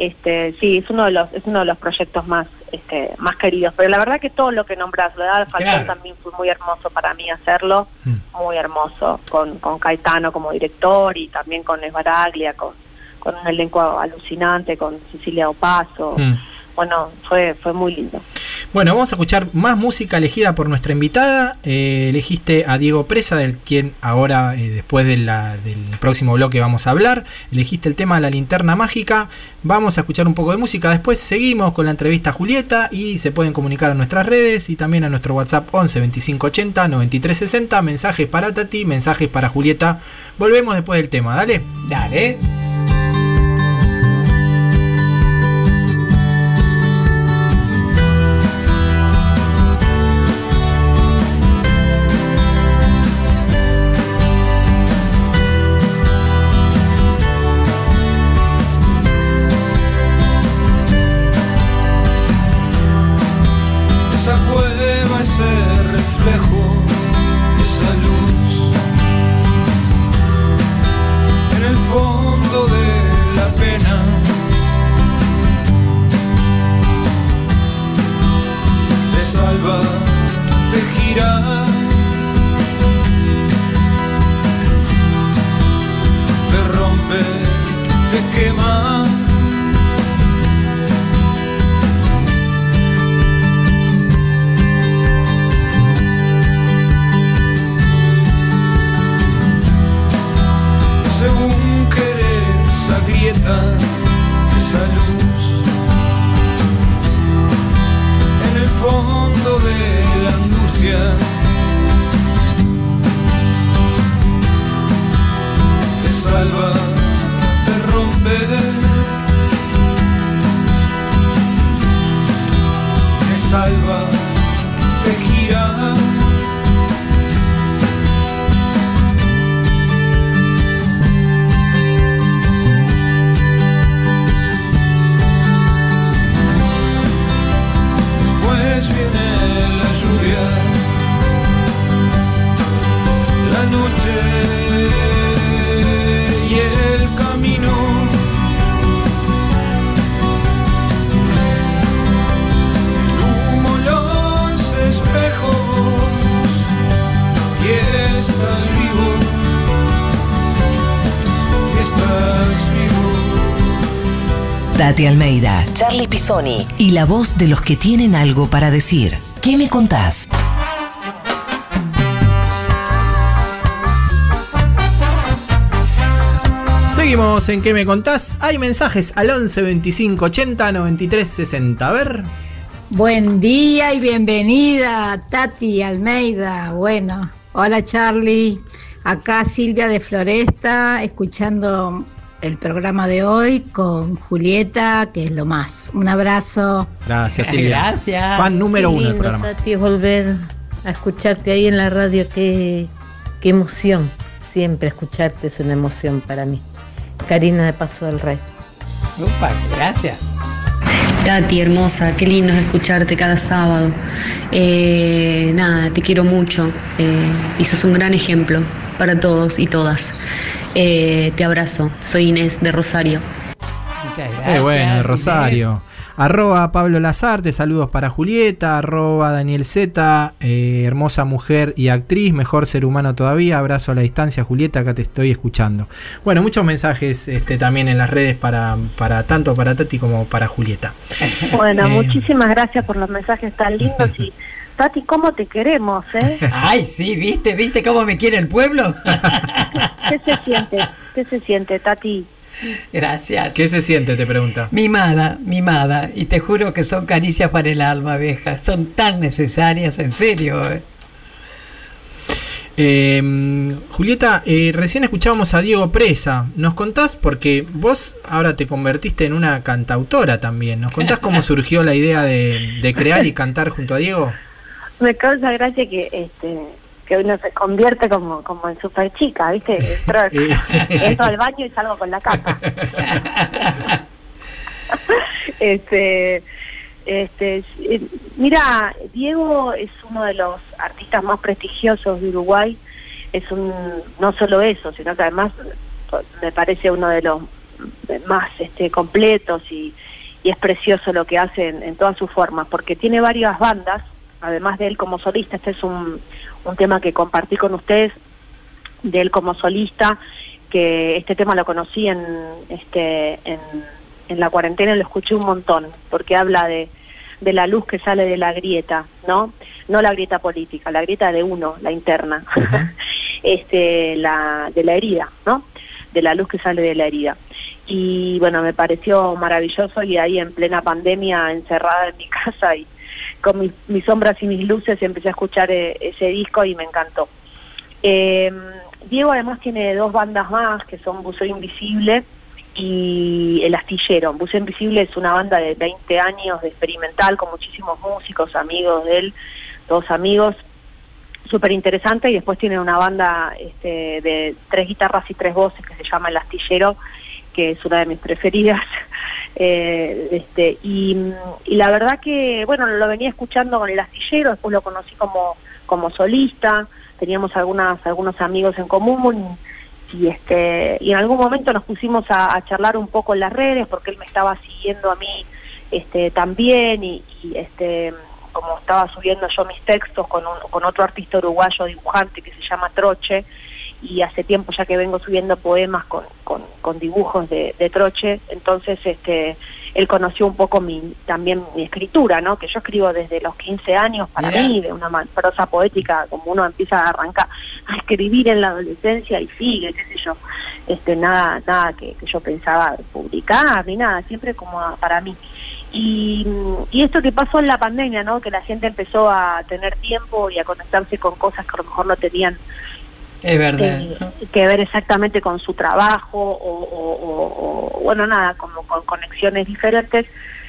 sí, es uno de los proyectos más queridos, pero la verdad que todo lo que nombras, lo de Ada Falcón también fue muy hermoso para mí hacerlo, muy hermoso, con Caetano como director, y también con Esbaraglia, con un elenco alucinante, con Cecilia Opaso. Bueno, fue muy lindo. Bueno, vamos a escuchar más música elegida por nuestra invitada. Elegiste a Diego Presa, del quien ahora, después del próximo bloque vamos a hablar. Elegiste el tema La Linterna Mágica. Vamos a escuchar un poco de música. Después seguimos con la entrevista a Julieta, y se pueden comunicar a nuestras redes y también a nuestro WhatsApp 11 25 80 93 60. Mensajes para Tati, mensajes para Julieta. Volvemos después del tema. Dale. Dale. vez viene la lluvia, la noche y el camino. El humo, los espejos, y estás vivo, y estás vivo. Tati Almeida, Charlie Pisoni y la voz de los que tienen algo para decir. ¿Qué me contás? Seguimos en ¿Qué me contás? Hay mensajes al 11 25 80 93 60. A ver. Buen día y bienvenida, Tati Almeida. Bueno, hola Charlie. Acá Silvia de Floresta, escuchando el programa de hoy con Julieta, que es lo más. Un abrazo. Gracias, Silvia. Gracias. Fan número 1 del lindo, programa. Tati, volver a escucharte ahí en la radio. Qué emoción. Siempre escucharte es una emoción para mí. Karina de Paso del Rey. Upa, gracias. Tati, hermosa, qué lindo es escucharte cada sábado. Nada, te quiero mucho y sos un gran ejemplo para todos y todas. Te abrazo, soy Inés de Rosario. Muchas gracias. Bueno, de Rosario. Inés. Arroba Pablo Lazarte, saludos para Julieta. Arroba Daniel Z, hermosa mujer y actriz, mejor ser humano todavía. Abrazo a la distancia, Julieta, acá te estoy escuchando. Bueno, muchos mensajes también en las redes para tanto para Tati como para Julieta. Bueno, muchísimas gracias por los mensajes tan lindos y Tati, ¿cómo te queremos, Ay, sí, ¿viste cómo me quiere el pueblo? ¿Qué se siente, Tati? Gracias. ¿Qué se siente? Te pregunta. Mimada. Y te juro que son caricias para el alma, vieja. Son tan necesarias, en serio. Julieta, recién escuchábamos a Diego Presa. ¿Nos contás? Porque vos ahora te convertiste en una cantautora también. ¿Nos contás cómo surgió la idea de crear y cantar junto a Diego? Me causa gracia que uno se convierte como en super chica, ¿viste? Entro al baño y salgo con la capa. Mira, Diego es uno de los artistas más prestigiosos de Uruguay. No solo eso, sino que además me parece uno de los más completos y es precioso lo que hace en todas sus formas, porque tiene varias bandas, además de él como solista. Este es un tema que compartí con ustedes, de él como solista, que este tema lo conocí en la cuarentena, lo escuché un montón, porque habla de la luz que sale de la grieta, ¿no? No la grieta política, la grieta de uno, la interna, de la herida, ¿no? De la luz que sale de la herida. Y bueno, me pareció maravilloso, y ahí en plena pandemia, encerrada en mi casa y con mis sombras y mis luces, empecé a escuchar ese disco y me encantó. Diego además tiene dos bandas más, que son Buceo Invisible y El Astillero. Buceo Invisible es una banda de 20 años de experimental, con muchísimos músicos, amigos de él, todos amigos, súper interesante. Y después tiene una banda de 3 guitarras y 3 voces que se llama El Astillero, que es una de mis preferidas. Y la verdad que, bueno, lo venía escuchando con El Astillero, después lo conocí como solista, teníamos algunos amigos en común, y en algún momento nos pusimos a charlar un poco en las redes, porque él me estaba siguiendo a mí también, y como estaba subiendo yo mis textos con otro artista uruguayo dibujante que se llama Troche, y hace tiempo ya que vengo subiendo poemas con dibujos de Troche. Entonces él conoció un poco también mi escritura, ¿no? Que yo escribo desde los 15 años, para mí, de una prosa poética, como uno empieza a escribir en la adolescencia y sigue, qué sé yo, nada que yo pensaba publicar ni nada, siempre como para mí. Y esto que pasó en la pandemia, ¿no? Que la gente empezó a tener tiempo y a conectarse con cosas que a lo mejor no tenían es verdad, que ver exactamente con su trabajo o bueno, nada, como con conexiones diferentes.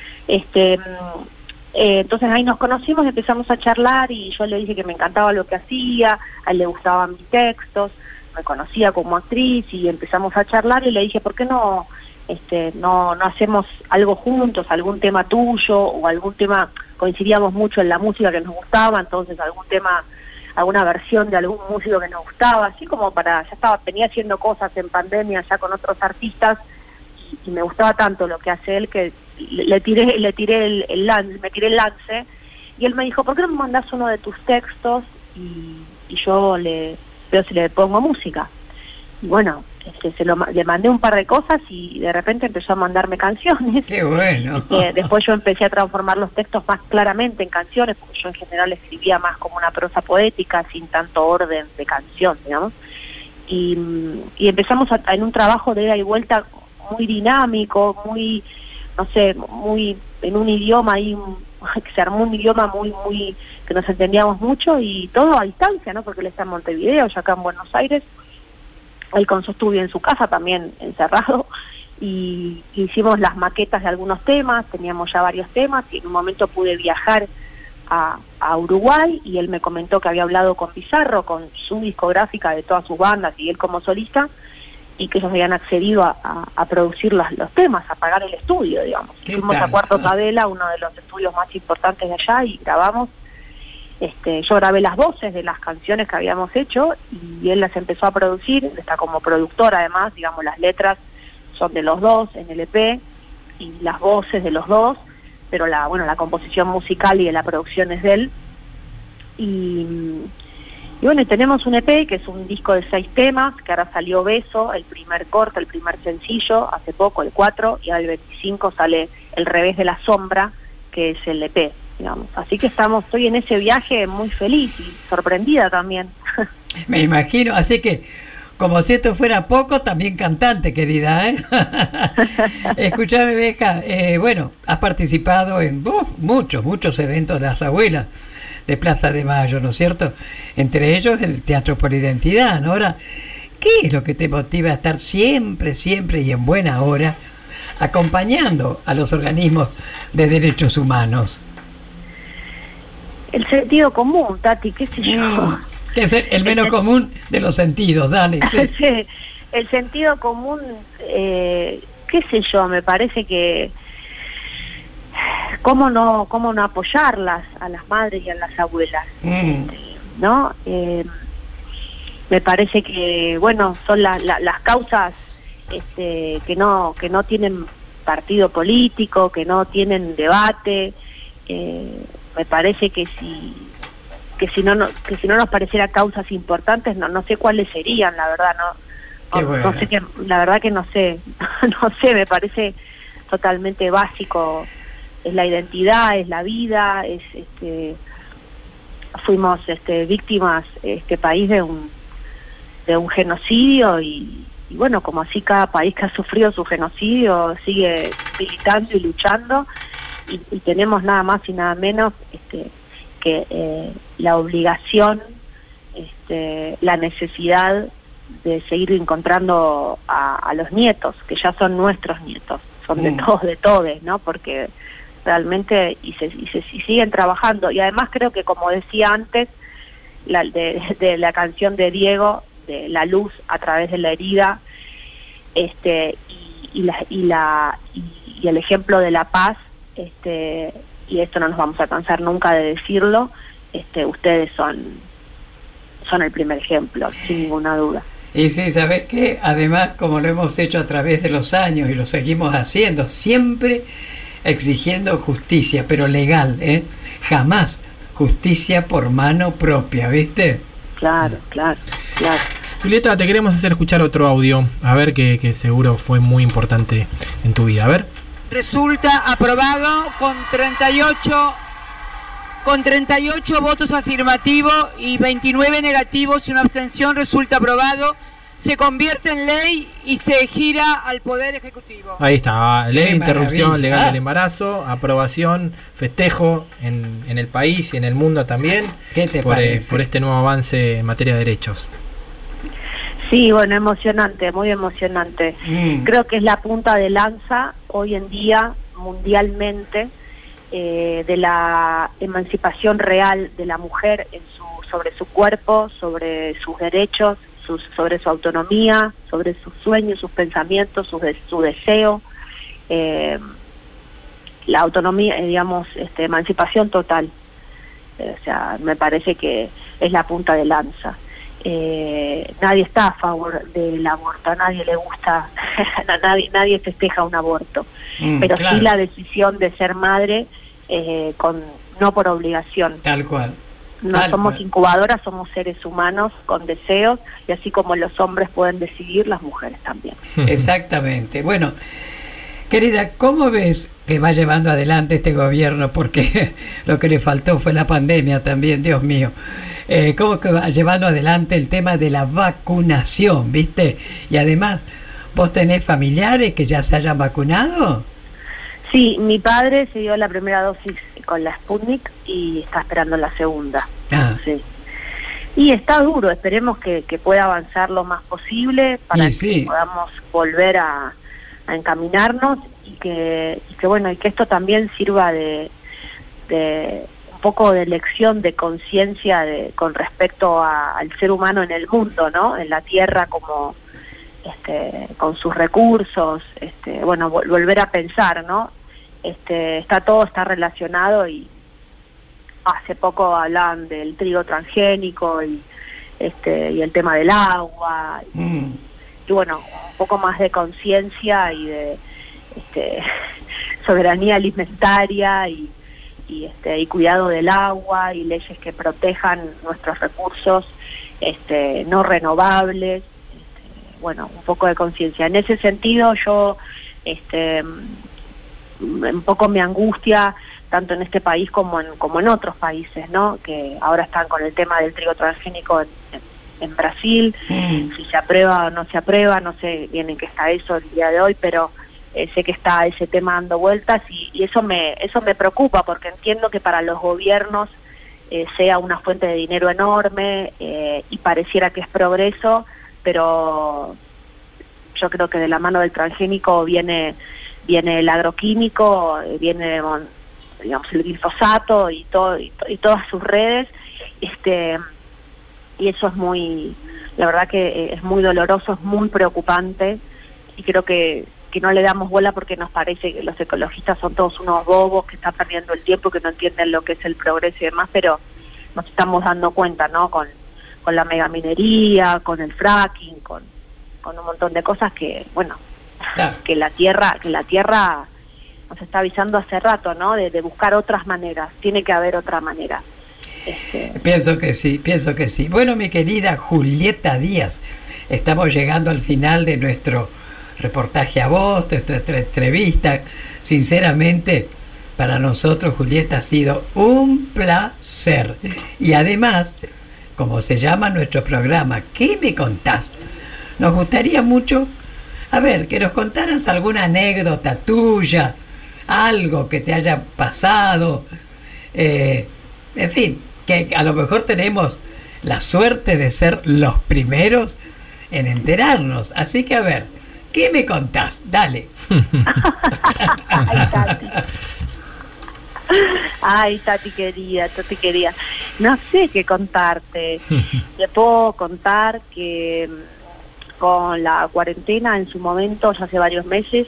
Entonces ahí nos conocimos, empezamos a charlar, y yo le dije que me encantaba lo que hacía, a él le gustaban mis textos, me conocía como actriz, y empezamos a charlar, y le dije, ¿por qué no no hacemos algo juntos, algún tema tuyo o algún tema, coincidíamos mucho en la música que nos gustaba, entonces algún tema, alguna versión de algún músico que nos gustaba, así como venía haciendo cosas en pandemia ya con otros artistas y me gustaba tanto lo que hace él que me tiré el lance y él me dijo, ¿por qué no me mandás uno de tus textos y yo veo si le pongo música? Y bueno, le mandé un par de cosas y de repente empezó a mandarme canciones. ¡Qué bueno! Después yo empecé a transformar los textos más claramente en canciones, porque yo en general escribía más como una prosa poética, sin tanto orden de canción, digamos. Y empezamos en un trabajo de ida y vuelta muy dinámico, muy, no sé, muy en un idioma ahí, que se armó un idioma muy que nos entendíamos mucho y todo a distancia, ¿no? Porque él está en Montevideo, yo acá en Buenos Aires. Él con su estudio en su casa también encerrado y hicimos las maquetas de algunos temas, teníamos ya varios temas y en un momento pude viajar a Uruguay y él me comentó que había hablado con Pizarro, con su discográfica de todas sus bandas y él como solista y que ellos habían accedido a producir los temas, a pagar el estudio, digamos. Fuimos a Cuarto Tabela, uno de los estudios más importantes de allá y grabamos. Yo grabé las voces de las canciones que habíamos hecho y él las empezó a producir, está como productor además, digamos, las letras son de los dos en el EP y las voces de los dos, pero la composición musical y de la producción es de él. Y bueno, y tenemos un EP que es un disco de 6 temas, que ahora salió Beso, el primer corte, el primer sencillo, hace poco, el 4, y al 25 sale El Revés de la Sombra, que es el EP. Digamos. Así que estoy en ese viaje muy feliz y sorprendida también. Me imagino, así que como si esto fuera poco, también cantante, querida, ¿eh? Escúchame, Beca, bueno, has participado en muchos eventos de las abuelas de Plaza de Mayo, ¿no es cierto? Entre ellos el Teatro por Identidad, ¿no? Ahora, ¿qué es lo que te motiva a estar siempre y en buena hora acompañando a los organismos de derechos humanos? El sentido común, Tati, qué sé yo. Que es el menos común de los sentidos, dale. Sí. Sí, el sentido común, qué sé yo, me parece que cómo no apoyarlas a las madres y a las abuelas, ¿no? Me parece que, bueno, son las causas que no tienen partido político, que no tienen debate. Me parece que si no nos pareciera causas importantes, no sé cuáles serían, la verdad, no sé la verdad que no sé, me parece totalmente básico, es la identidad, es la vida, es fuimos víctimas este país de un genocidio y bueno, como así cada país que ha sufrido su genocidio sigue militando y luchando. Y tenemos nada más y nada menos que la obligación, la necesidad de seguir encontrando a los nietos, que ya son nuestros nietos, son de todos, ¿no? Porque realmente y siguen trabajando. Y además creo que, como decía antes, de la canción de Diego, de la luz a través de la herida, y el ejemplo de la paz, y esto no nos vamos a cansar nunca de decirlo, ustedes son el primer ejemplo, sin ninguna duda. Y sí, ¿sabes qué? Además, como lo hemos hecho a través de los años y lo seguimos haciendo, siempre exigiendo justicia, pero legal, jamás justicia por mano propia, ¿viste? Claro. Julieta, te queremos hacer escuchar otro audio, a ver, que seguro fue muy importante en tu vida, a ver. Resulta aprobado con 38 votos afirmativos y 29 negativos y una abstención. Resulta aprobado, se convierte en ley y se gira al Poder Ejecutivo. Ahí está, ley de interrupción legal del embarazo, aprobación, festejo en el país y en el mundo también. ¿Qué te parece? Por este nuevo avance en materia de derechos. Sí, bueno, emocionante, muy emocionante. Creo que es la punta de lanza hoy en día mundialmente de la emancipación real de la mujer sobre su cuerpo, sobre sus derechos, sobre su autonomía, sobre sus sueños, sus pensamientos, su deseo, la autonomía, digamos, emancipación total. O sea, me parece que es la punta de lanza. Nadie está a favor del aborto, a nadie le gusta, nadie festeja un aborto, pero claro, sí la decisión de ser madre, no por obligación. Tal cual. No somos incubadoras, somos seres humanos con deseos, y así como los hombres pueden decidir, las mujeres también. Exactamente. Bueno, querida, ¿cómo ves que va llevando adelante este gobierno? Porque lo que le faltó fue la pandemia también, Dios mío. ¿Cómo que va llevando adelante el tema de la vacunación, viste? Y además, ¿vos tenés familiares que ya se hayan vacunado? Sí, mi padre se dio la primera dosis con la Sputnik y está esperando la segunda. Sí. Y está duro, esperemos que pueda avanzar lo más posible para que podamos volver a encaminarnos y que bueno, y que esto también sirva de un poco de lección de conciencia con respecto al ser humano en el mundo, ¿no? En la tierra, como con sus recursos, bueno, volver a pensar, ¿no? Todo está relacionado, y hace poco hablaban del trigo transgénico y el tema del agua y bueno, un poco más de conciencia y de soberanía alimentaria y cuidado del agua y leyes que protejan nuestros recursos no renovables, bueno, un poco de conciencia. En ese sentido yo un poco me angustia, tanto en este país como en otros países, ¿no? Que ahora están con el tema del trigo transgénico en Brasil, si se aprueba o no se aprueba, no sé bien en qué está eso el día de hoy, pero sé que está ese tema dando vueltas y eso me preocupa, porque entiendo que para los gobiernos sea una fuente de dinero enorme y pareciera que es progreso, pero yo creo que de la mano del transgénico viene el agroquímico, viene, digamos, el glifosato y todas sus redes, y eso es la verdad que es muy doloroso, es muy preocupante, y creo que no le damos bola porque nos parece que los ecologistas son todos unos bobos que están perdiendo el tiempo, que no entienden lo que es el progreso y demás, pero nos estamos dando cuenta, ¿no? Con la megaminería, con el fracking, con un montón de cosas que, bueno, claro, que la tierra nos está avisando hace rato, ¿no? De buscar otras maneras, tiene que haber otra manera. Pienso que sí. Bueno, mi querida Julieta Díaz, estamos llegando al final de nuestro reportaje a vos, de nuestra entrevista. Sinceramente, para nosotros, Julieta, ha sido un placer. Y además, como se llama nuestro programa, ¿qué me contás? Nos gustaría mucho, a ver, que nos contaras alguna anécdota tuya, algo que te haya pasado, en fin, que a lo mejor tenemos la suerte de ser los primeros en enterarnos. Así que, a ver, ¿qué me contás? Dale. Ay, Tati querida. No sé qué contarte. Te puedo contar que con la cuarentena en su momento, ya hace varios meses,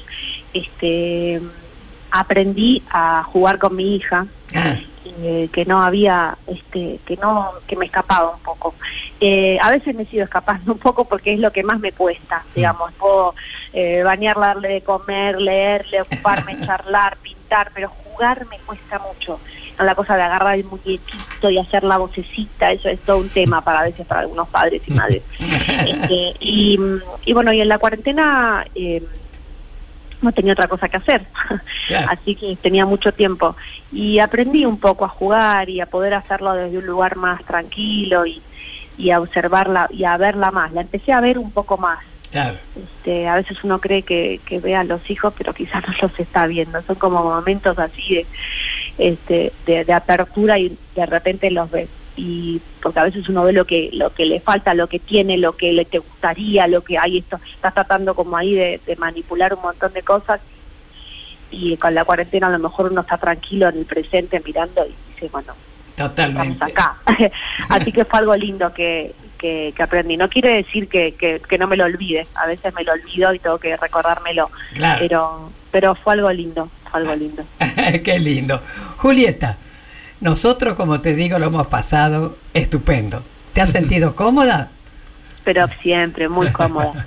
aprendí a jugar con mi hija. Que no había, que me escapaba un poco. A veces me sigo escapando un poco porque es lo que más me cuesta, digamos. Puedo bañarla, darle de comer, leerle, ocuparme, charlar, pintar, pero jugar me cuesta mucho. No, la cosa de agarrar el muñequito y hacer la vocecita, eso es todo un tema para a veces para algunos padres y madres. Y bueno, y en la cuarentena no tenía otra cosa que hacer, claro. Así que tenía mucho tiempo y aprendí un poco a jugar y a poder hacerlo desde un lugar más tranquilo y a observarla y a verla más. La empecé a ver un poco más. Claro. A veces uno cree que ve a los hijos, pero quizás no los está viendo. Son como momentos así de apertura y de repente los ves. Y porque a veces uno ve lo que le falta, lo que tiene, lo que le te gustaría, lo que hay, estás tratando como ahí de manipular un montón de cosas, y con la cuarentena a lo mejor uno está tranquilo en el presente mirando y dice, bueno, totalmente, estamos acá. Así que fue algo lindo que que aprendí. No quiere decir que no me lo olvide, a veces me lo olvido y tengo que recordármelo, Claro. pero fue algo lindo, Qué lindo. Julieta, nosotros, como te digo, lo hemos pasado estupendo. ¿Te has sentido cómoda? Pero siempre, muy cómoda.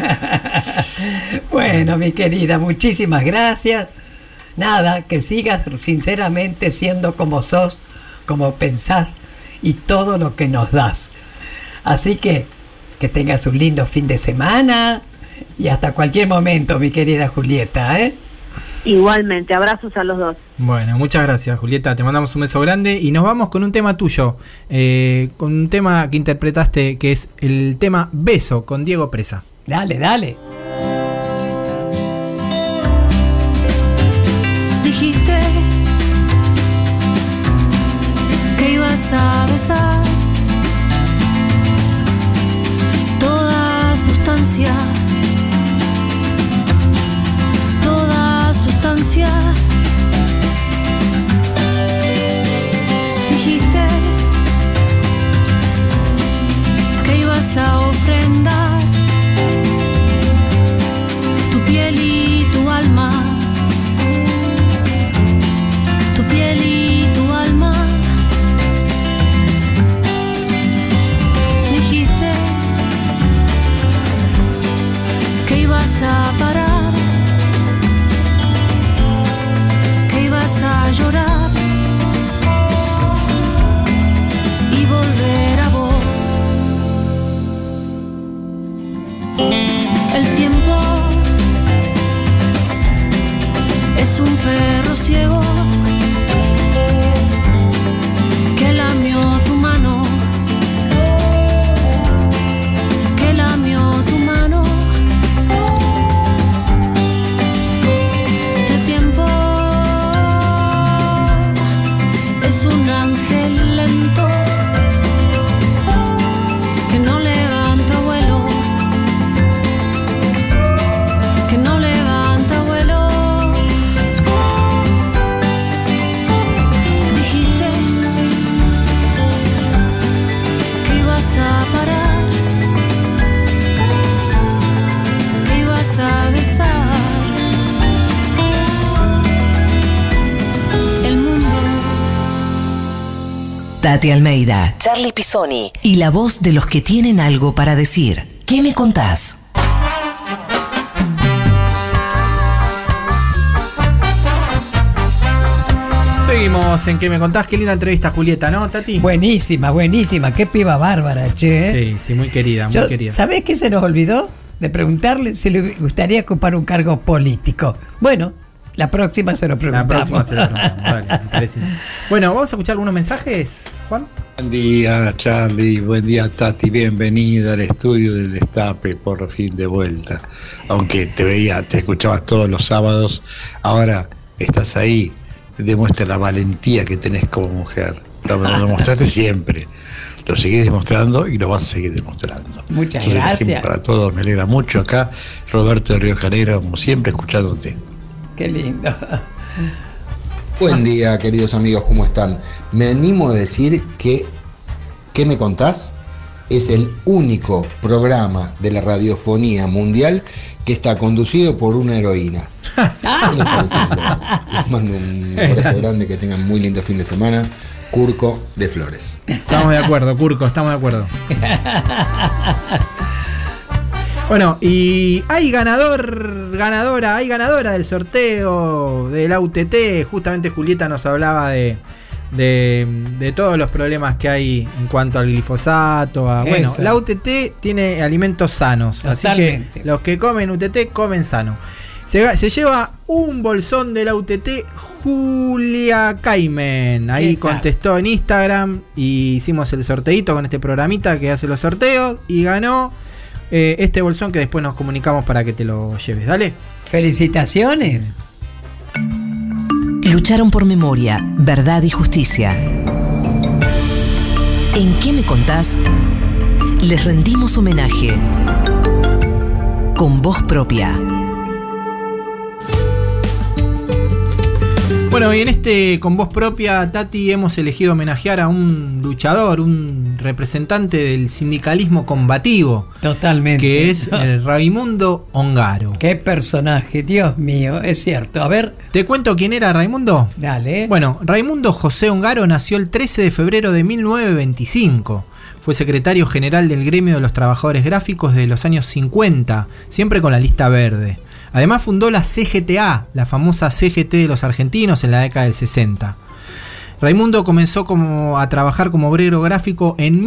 Bueno, mi querida, muchísimas gracias. Nada, que sigas sinceramente siendo como sos, como pensás y todo lo que nos das. Así que tengas un lindo fin de semana y hasta cualquier momento, mi querida Julieta, ¿eh? Igualmente, abrazos a los dos. Bueno, muchas gracias, Julieta, te mandamos un beso grande y nos vamos con un tema tuyo, con un tema que interpretaste, que es el tema Beso, con Diego Presa. Dale, dale. Dijiste que ibas a besar toda sustancia, dijiste que ibas a ofrendar tu piel y tu alma, tu piel y tu alma. Dijiste que ibas a parar, a llorar y volver a vos. El tiempo es un perro ciego que lamió tu mano, que lamió tu mano. El tiempo es un ángel lento que no levanta vuelo, que no levanta vuelo. Dijiste que ibas a parar, que ibas a besar el mundo. Tati Almeida, Charlie Pisoni y la voz de los que tienen algo para decir. ¿Qué me contás? Seguimos en ¿Qué me contás? Qué linda entrevista, Julieta, ¿no, Tati? Buenísima, buenísima. Qué piba bárbara, che. Sí, muy querida, muy querida. ¿Sabés qué se nos olvidó? De preguntarle si le gustaría ocupar un cargo político. Bueno, la próxima se lo preguntamos. Vale, me parece. Bueno, vamos a escuchar algunos mensajes, Juan. Buen día, Charlie. Buen día, Tati. Bienvenida al estudio del Destape, por fin de vuelta. Aunque te escuchabas todos los sábados, ahora estás ahí. Demuestra la valentía que tenés como mujer. Lo demostraste siempre. Lo seguís demostrando y lo vas a seguir demostrando. Muchas Sos un gracias. ejemplo para todos, me alegra mucho acá. Roberto de Río de Janeiro, como siempre, escuchándote. Qué lindo. Buen día, queridos amigos, ¿cómo están? Me animo a decir que ¿Qué me contás? Es el único programa de la radiofonía mundial que está conducido por una heroína. Les mando un abrazo grande, que tengan muy lindo fin de semana. Curco de Flores. Estamos de acuerdo, Curco, estamos de acuerdo. Bueno, y hay ganadora del sorteo de la UTT. Justamente Julieta nos hablaba de todos los problemas que hay en cuanto al glifosato. Bueno, la UTT tiene alimentos sanos. Totalmente. Así que los que comen UTT comen sano. Se lleva un bolsón de la UTT Julia Caimen. Ahí contestó en Instagram y hicimos el sorteito con este programita que hace los sorteos y ganó este bolsón que después nos comunicamos para que te lo lleves. Dale. Felicitaciones. Lucharon por memoria, verdad y justicia. ¿En qué me contás? Les rendimos homenaje con voz propia. Bueno, y en este Con Voz Propia, Tati, hemos elegido homenajear a un luchador, un representante del sindicalismo combativo. Totalmente. Que es Raimundo Ongaro. Qué personaje, Dios mío, es cierto. A ver. ¿Te cuento quién era Raimundo? Dale. Bueno, Raimundo José Ongaro nació el 13 de febrero de 1925. Fue secretario general del gremio de los trabajadores gráficos de los años 50, siempre con la lista verde. Además fundó la CGTA, la famosa CGT de los argentinos, en la década del 60. Raimundo comenzó a trabajar como obrero gráfico en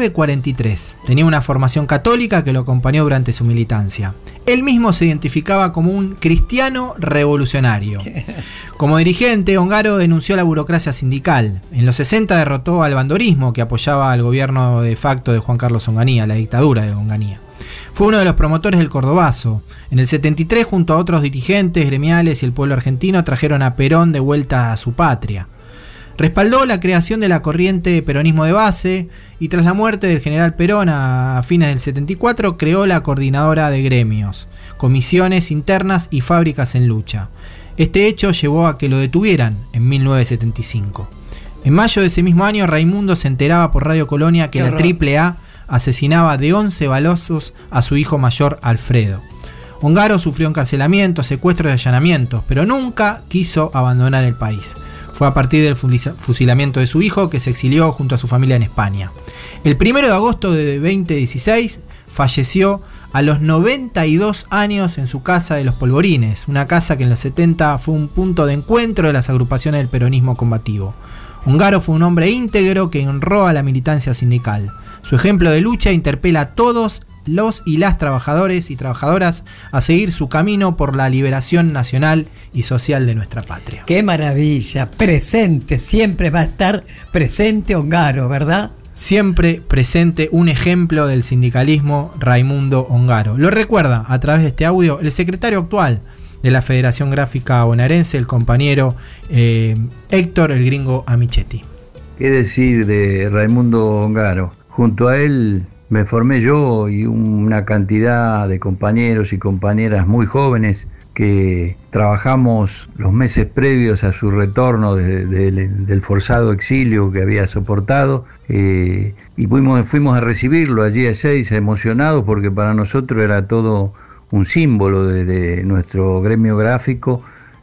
1943. Tenía una formación católica que lo acompañó durante su militancia. Él mismo se identificaba como un cristiano revolucionario. Como dirigente, Ongaro denunció la burocracia sindical. En los 60 derrotó al bandorismo, que apoyaba al gobierno de facto de Juan Carlos Onganía, la dictadura de Onganía. Fue uno de los promotores del Cordobazo. En el 73, junto a otros dirigentes gremiales y el pueblo argentino, trajeron a Perón de vuelta a su patria. Respaldó la creación de la corriente peronismo de base y tras la muerte del general Perón a fines del 74 creó la coordinadora de gremios, comisiones internas y fábricas en lucha. Este hecho llevó a que lo detuvieran en 1975. En mayo de ese mismo año, Raimundo se enteraba por Radio Colonia que la AAA asesinaba de 11 balazos a su hijo mayor Alfredo. Ongaro sufrió encarcelamientos, secuestros y allanamientos, pero nunca quiso abandonar el país. Fue a partir del fusilamiento de su hijo que se exilió junto a su familia en España. El 1 de agosto de 2016 falleció a los 92 años en su casa de Los Polvorines, una casa que en los 70 fue un punto de encuentro de las agrupaciones del peronismo combativo. Ongaro fue un hombre íntegro que honró a la militancia sindical. Su ejemplo de lucha interpela a todos los y las trabajadores y trabajadoras a seguir su camino por la liberación nacional y social de nuestra patria. ¡Qué maravilla! Presente, siempre va a estar presente Ongaro, ¿verdad? Siempre presente, un ejemplo del sindicalismo, Raimundo Ongaro. Lo recuerda a través de este audio el secretario actual de la Federación Gráfica Bonaerense, el compañero Héctor el Gringo Amichetti. ¿Qué decir de Raimundo Ongaro? Junto a él me formé yo y una cantidad de compañeros y compañeras muy jóvenes que trabajamos los meses previos a su retorno del forzado exilio que había soportado y fuimos a recibirlo allí a Ezeiza, emocionados porque para nosotros era todo un símbolo de nuestro gremio gráfico,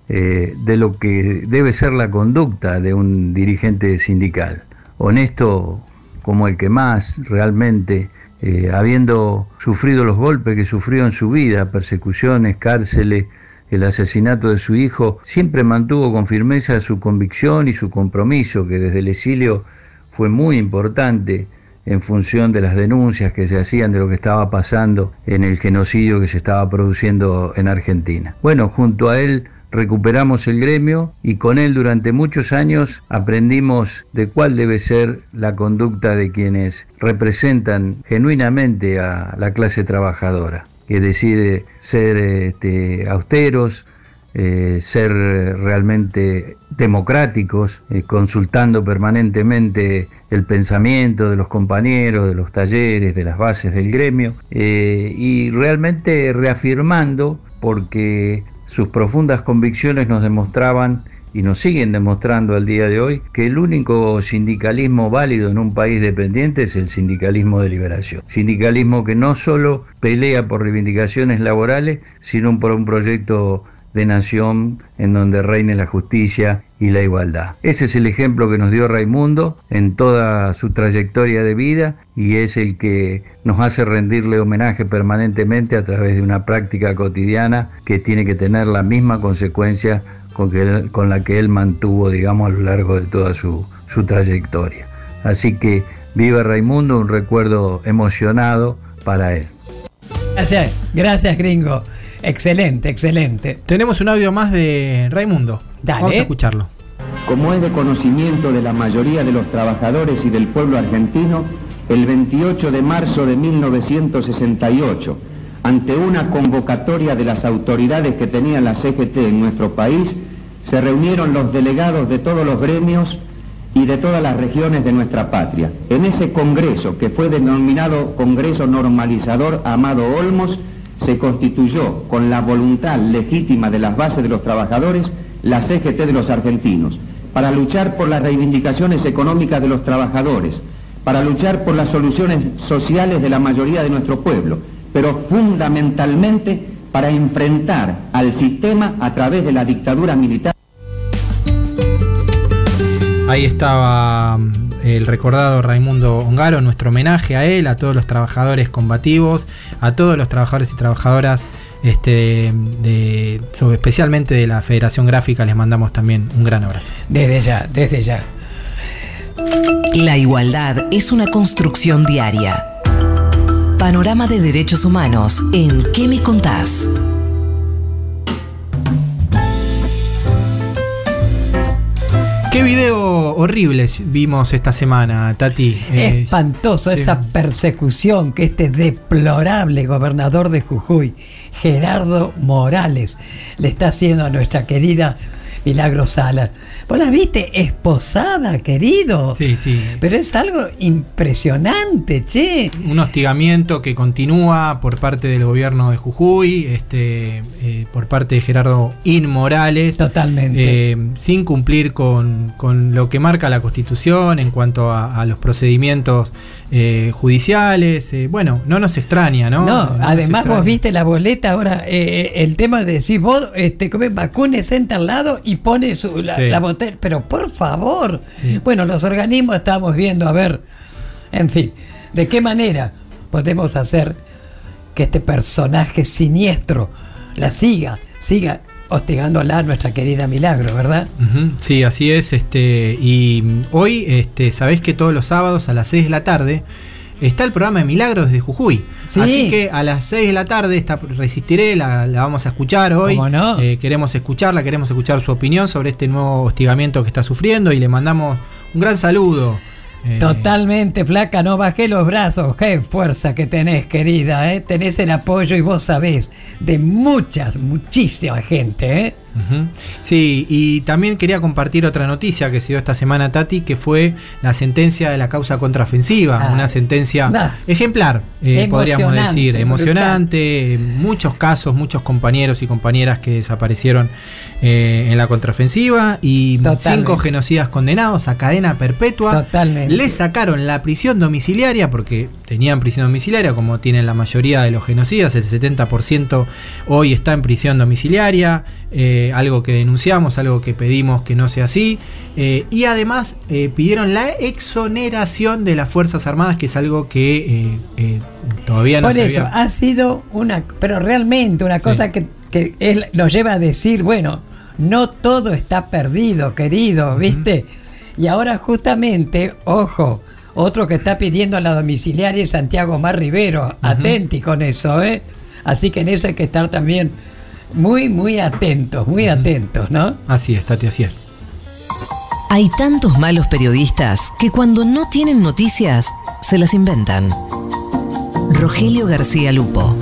de lo que debe ser la conducta de un dirigente sindical, honesto como el que más realmente, habiendo sufrido los golpes que sufrió en su vida, persecuciones, cárceles, el asesinato de su hijo, siempre mantuvo con firmeza su convicción y su compromiso, que desde el exilio fue muy importante en función de las denuncias que se hacían de lo que estaba pasando en el genocidio que se estaba produciendo en Argentina. Bueno, junto a él recuperamos el gremio y con él durante muchos años aprendimos de cuál debe ser la conducta de quienes representan genuinamente a la clase trabajadora, que decide ser austeros, ser realmente democráticos, consultando permanentemente el pensamiento de los compañeros, de los talleres, de las bases del gremio, y realmente reafirmando, porque sus profundas convicciones nos demostraban y nos siguen demostrando al día de hoy que el único sindicalismo válido en un país dependiente es el sindicalismo de liberación. Sindicalismo que no solo pelea por reivindicaciones laborales, sino por un proyecto de nación en donde reine la justicia y la igualdad. Ese es el ejemplo que nos dio Raimundo en toda su trayectoria de vida y es el que nos hace rendirle homenaje permanentemente a través de una práctica cotidiana que tiene que tener la misma consecuencia con la que él mantuvo, digamos, a lo largo de toda su trayectoria. Así que viva Raimundo, un recuerdo emocionado para él. Gracias Gringo. Excelente, excelente. Tenemos un audio más de Raimundo. Dale. Vamos a escucharlo. Como es de conocimiento de la mayoría de los trabajadores y del pueblo argentino, el 28 de marzo de 1968, ante una convocatoria de las autoridades que tenían la CGT en nuestro país, se reunieron los delegados de todos los gremios y de todas las regiones de nuestra patria. En ese congreso, que fue denominado Congreso Normalizador Amado Olmos, se constituyó con la voluntad legítima de las bases de los trabajadores la CGT de los argentinos, para luchar por las reivindicaciones económicas de los trabajadores, para luchar por las soluciones sociales de la mayoría de nuestro pueblo, pero fundamentalmente para enfrentar al sistema a través de la dictadura militar. Ahí estaba el recordado Raimundo Ongaro, nuestro homenaje a él, a todos los trabajadores combativos, a todos los trabajadores y trabajadoras, especialmente de la Federación Gráfica, les mandamos también un gran abrazo. Desde ya. La igualdad es una construcción diaria. Panorama de derechos humanos en ¿Qué me contás? Qué video horrible vimos esta semana, Tati. Espantoso, sí. Esa persecución que este deplorable gobernador de Jujuy, Gerardo Morales, le está haciendo a nuestra querida Milagro Sala. ¿Vos la viste esposada, querido? Sí. Pero es algo impresionante, che. Un hostigamiento que continúa por parte del gobierno de Jujuy, por parte de Gerardo Morales. Totalmente. Sin cumplir con lo que marca la Constitución en cuanto a los procedimientos judiciales. Bueno, no nos extraña, ¿no? No, además vos viste la boleta ahora, el tema de decir, vos vacúnese en tal lado y pone la botella, pero por favor. Sí. Bueno, los organismos estamos viendo, a ver, en fin, de qué manera podemos hacer que este personaje siniestro la siga hostigándola a nuestra querida Milagro, ¿verdad? Uh-huh. Sí, así es. Y hoy, sabés que todos los sábados a las 6 de la tarde está el programa de Milagros desde Jujuy. Sí. Así que a las 6 de la tarde Resistiré, la vamos a escuchar hoy. ¿Cómo no? Queremos escuchar su opinión sobre este nuevo hostigamiento que está sufriendo y le mandamos un gran saludo. Totalmente, flaca, no bajé los brazos. Qué fuerza que tenés, querida, ¿eh? Tenés el apoyo, y vos sabés, de muchísima gente, Uh-huh. Sí, y también quería compartir otra noticia que se dio esta semana, Tati, que fue la sentencia de la causa contraofensiva, una sentencia ejemplar, podríamos decir, emocionante, muchos casos, muchos compañeros y compañeras que desaparecieron en la contraofensiva, y 5 genocidas condenados a cadena perpetua. Totalmente. Le sacaron la prisión domiciliaria, porque tenían prisión domiciliaria, como tienen la mayoría de los genocidas, el 70% hoy está en prisión domiciliaria. Algo que denunciamos, algo que pedimos que no sea así, y además pidieron la exoneración de las Fuerzas Armadas, que es algo que todavía no se había. Por eso ha sido pero realmente una cosa que él nos lleva a decir, bueno, no todo está perdido, querido, ¿viste? Y ahora justamente, ojo, otro que está pidiendo la domiciliaria es Santiago Mar Rivero. Atenti con eso, así que en eso hay que estar también muy atentos, ¿no? Así es, Tati, así es. Hay tantos malos periodistas que cuando no tienen noticias, se las inventan. Rogelio García Lupo.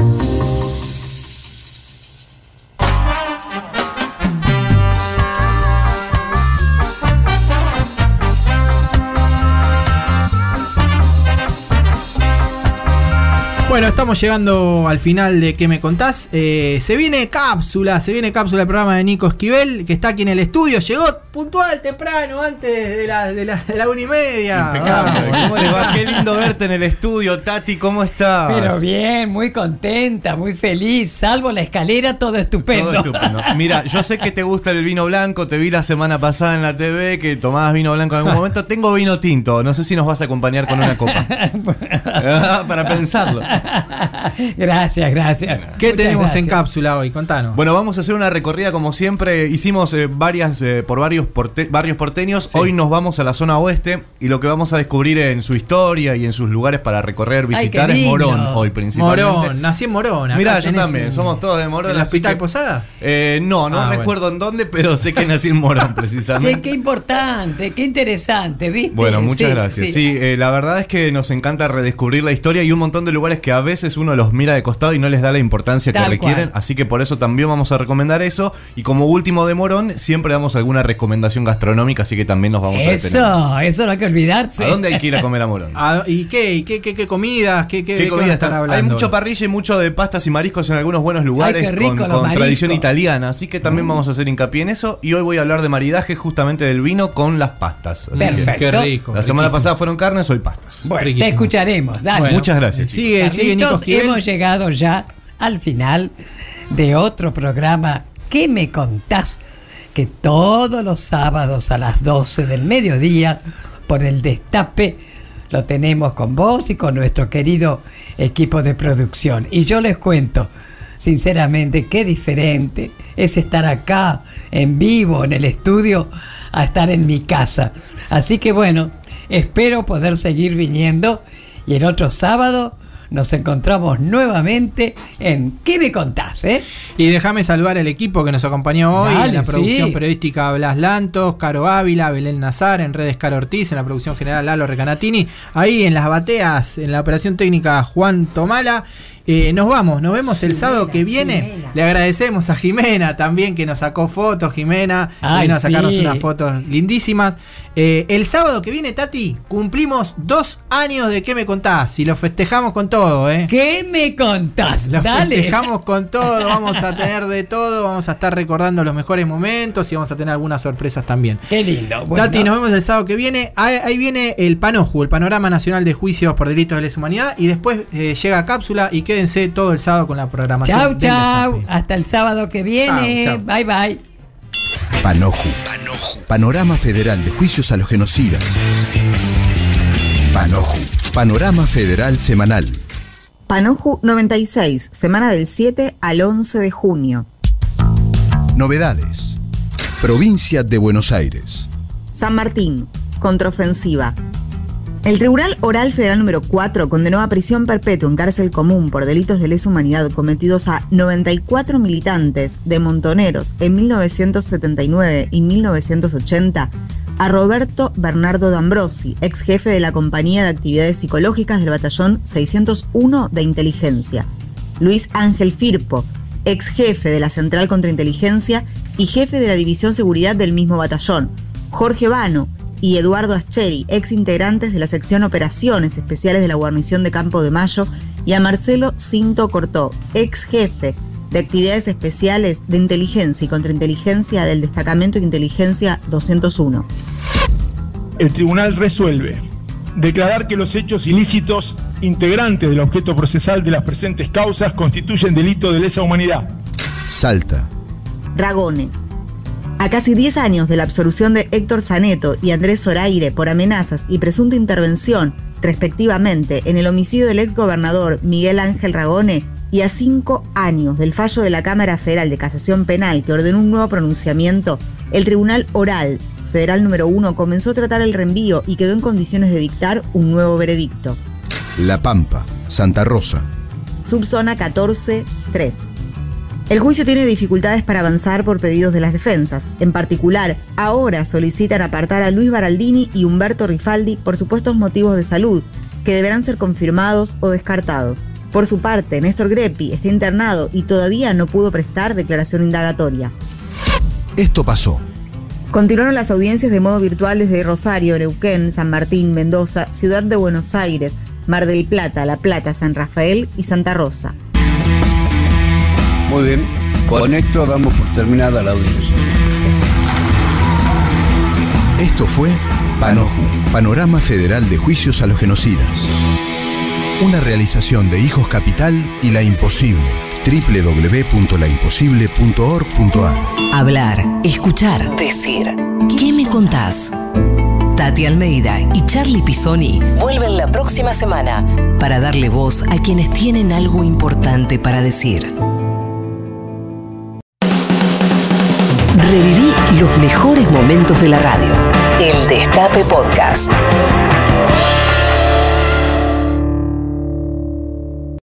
Bueno, estamos llegando al final de ¿Qué me contás? Se viene cápsula el programa de Nico Esquivel, que está aquí en el estudio. Llegó puntual, temprano, antes de la 1:30. Impecable. ¿Cómo le va? Qué lindo verte en el estudio, Tati. ¿Cómo estás? Pero bien, muy contenta, muy feliz. Salvo la escalera, todo estupendo. Mira, yo sé que te gusta el vino blanco. Te vi la semana pasada en la TV que tomabas vino blanco en algún momento. Tengo vino tinto. No sé si nos vas a acompañar con una copa. Para pensarlo. Gracias. ¿Qué Muchas tenemos gracias. En cápsula hoy? Contanos. Bueno, vamos a hacer una recorrida como siempre. Hicimos varias por varios barrios porteños. Sí. Hoy nos vamos a la zona oeste y lo que vamos a descubrir en su historia y en sus lugares para recorrer, visitar es Morón hoy principalmente. Morón, nací en Morón. Mirá, yo también, somos todos de Morón. ¿En el Hospital Posada? No recuerdo en dónde, pero sé que nací en Morón precisamente. Che, qué importante, qué interesante, ¿viste? Bueno, muchas gracias. Sí, la verdad es que nos encanta redescubrir la historia y un montón de lugares que que a veces uno los mira de costado y no les da la importancia que Tal requieren, cual. así que por eso también vamos a recomendar eso. Y como último de Morón, siempre damos alguna recomendación gastronómica, así que también nos vamos a detener. Eso no hay que olvidarse. ¿A dónde hay que ir a comer a Morón? ¿Y qué comidas? ¿Qué comida están hablando? Hay mucho parrilla y mucho de pastas y mariscos en algunos buenos lugares. Ay, qué rico, con los mariscos. tradición italiana, así que también vamos a hacer hincapié en eso. Y hoy voy a hablar de maridaje justamente del vino con las pastas. Así Perfecto. Qué rico. La semana pasada fueron carnes, hoy pastas. Bueno, Riquísimo. te escucharemos. Dale. Bueno, muchas gracias. Sigue Nico Carlitos, Esquivel. hemos llegado ya al final de otro programa. ¿Qué me contás? Que todos los sábados a las 12 del mediodía, por el Destape, lo tenemos con vos y con nuestro querido equipo de producción. Y yo les cuento, sinceramente, qué diferente es estar acá en vivo, en el estudio, a estar en mi casa. Así que bueno, espero poder seguir viniendo y el otro sábado nos encontramos nuevamente en ¿Qué me contás? Y déjame saludar al equipo que nos acompañó hoy. Dale, en la producción sí. periodística Blas Lantos, Caro Ávila, Belén Nazar, en redes Caro Ortiz, en la producción general Lalo Recanatini, ahí en las bateas, en la operación técnica Juan Tomala. Nos vemos el sábado que viene. Jimena. Le agradecemos a Jimena también que nos sacó fotos. Jimena Ay, vino a sacarnos sí. unas fotos lindísimas. El sábado que viene, Tati, cumplimos 2 años de ¿Qué me contás? Y lo festejamos con todo, ¿Qué me contás? Lo Dale. festejamos con todo, vamos a tener de todo, vamos a estar recordando los mejores momentos y vamos a tener algunas sorpresas también. Qué lindo. Bueno, Tati, nos vemos el sábado que viene. Ahí viene el PANOJU, el Panorama Nacional de Juicios por Delitos de Lesa Humanidad, y después llega Cápsula y quédense todo el sábado con la programación. chau, del chau. Destape. Hasta el sábado que viene. Chau, chau. Bye, bye. PANOJU. Panorama Federal de Juicios a los Genocidas. PANOJU. Panorama Federal Semanal. PANOJU 96, semana del 7 al 11 de junio. Novedades. Provincia de Buenos Aires. San Martín, contraofensiva. El Tribunal Oral Federal número 4 condenó a prisión perpetua en cárcel común por delitos de lesa humanidad cometidos a 94 militantes de Montoneros en 1979 y 1980 a Roberto Bernardo D'Ambrosi, ex jefe de la Compañía de Actividades Psicológicas del Batallón 601 de Inteligencia, Luis Ángel Firpo, ex jefe de la Central Contrainteligencia y jefe de la División Seguridad del mismo batallón, Jorge Vano y Eduardo Ascheri, ex integrantes de la sección Operaciones Especiales de la Guarnición de Campo de Mayo, y a Marcelo Cinto Cortó, ex jefe de Actividades Especiales de Inteligencia y Contrainteligencia del Destacamento de Inteligencia 201. El tribunal resuelve declarar que los hechos ilícitos integrantes del objeto procesal de las presentes causas constituyen delito de lesa humanidad. Salta. Ragone. A casi 10 años de la absolución de Héctor Zaneto y Andrés Zoraire por amenazas y presunta intervención, respectivamente, en el homicidio del exgobernador Miguel Ángel Ragone, y a 5 años del fallo de la Cámara Federal de Casación Penal que ordenó un nuevo pronunciamiento, el Tribunal Oral Federal número 1 comenzó a tratar el reenvío y quedó en condiciones de dictar un nuevo veredicto. La Pampa. Santa Rosa. Subzona 14-3. El juicio tiene dificultades para avanzar por pedidos de las defensas. En particular, ahora solicitan apartar a Luis Baraldini y Humberto Rifaldi por supuestos motivos de salud, que deberán ser confirmados o descartados. Por su parte, Néstor Greppi está internado y todavía no pudo prestar declaración indagatoria. Esto pasó. Continuaron las audiencias de modo virtual desde Rosario, Neuquén, San Martín, Mendoza, Ciudad de Buenos Aires, Mar del Plata, La Plata, San Rafael y Santa Rosa. Muy bien, con esto damos por terminada la audiencia. Esto fue PANOJU, Panorama Federal de Juicios a los Genocidas. Una realización de Hijos Capital y La Imposible. www.laimposible.org.ar. Hablar, escuchar, decir. ¿Qué me contás? Tati Almeida y Charlie Pisoni vuelven la próxima semana para darle voz a quienes tienen algo importante para decir. Reviví los mejores momentos de la radio. El Destape Podcast.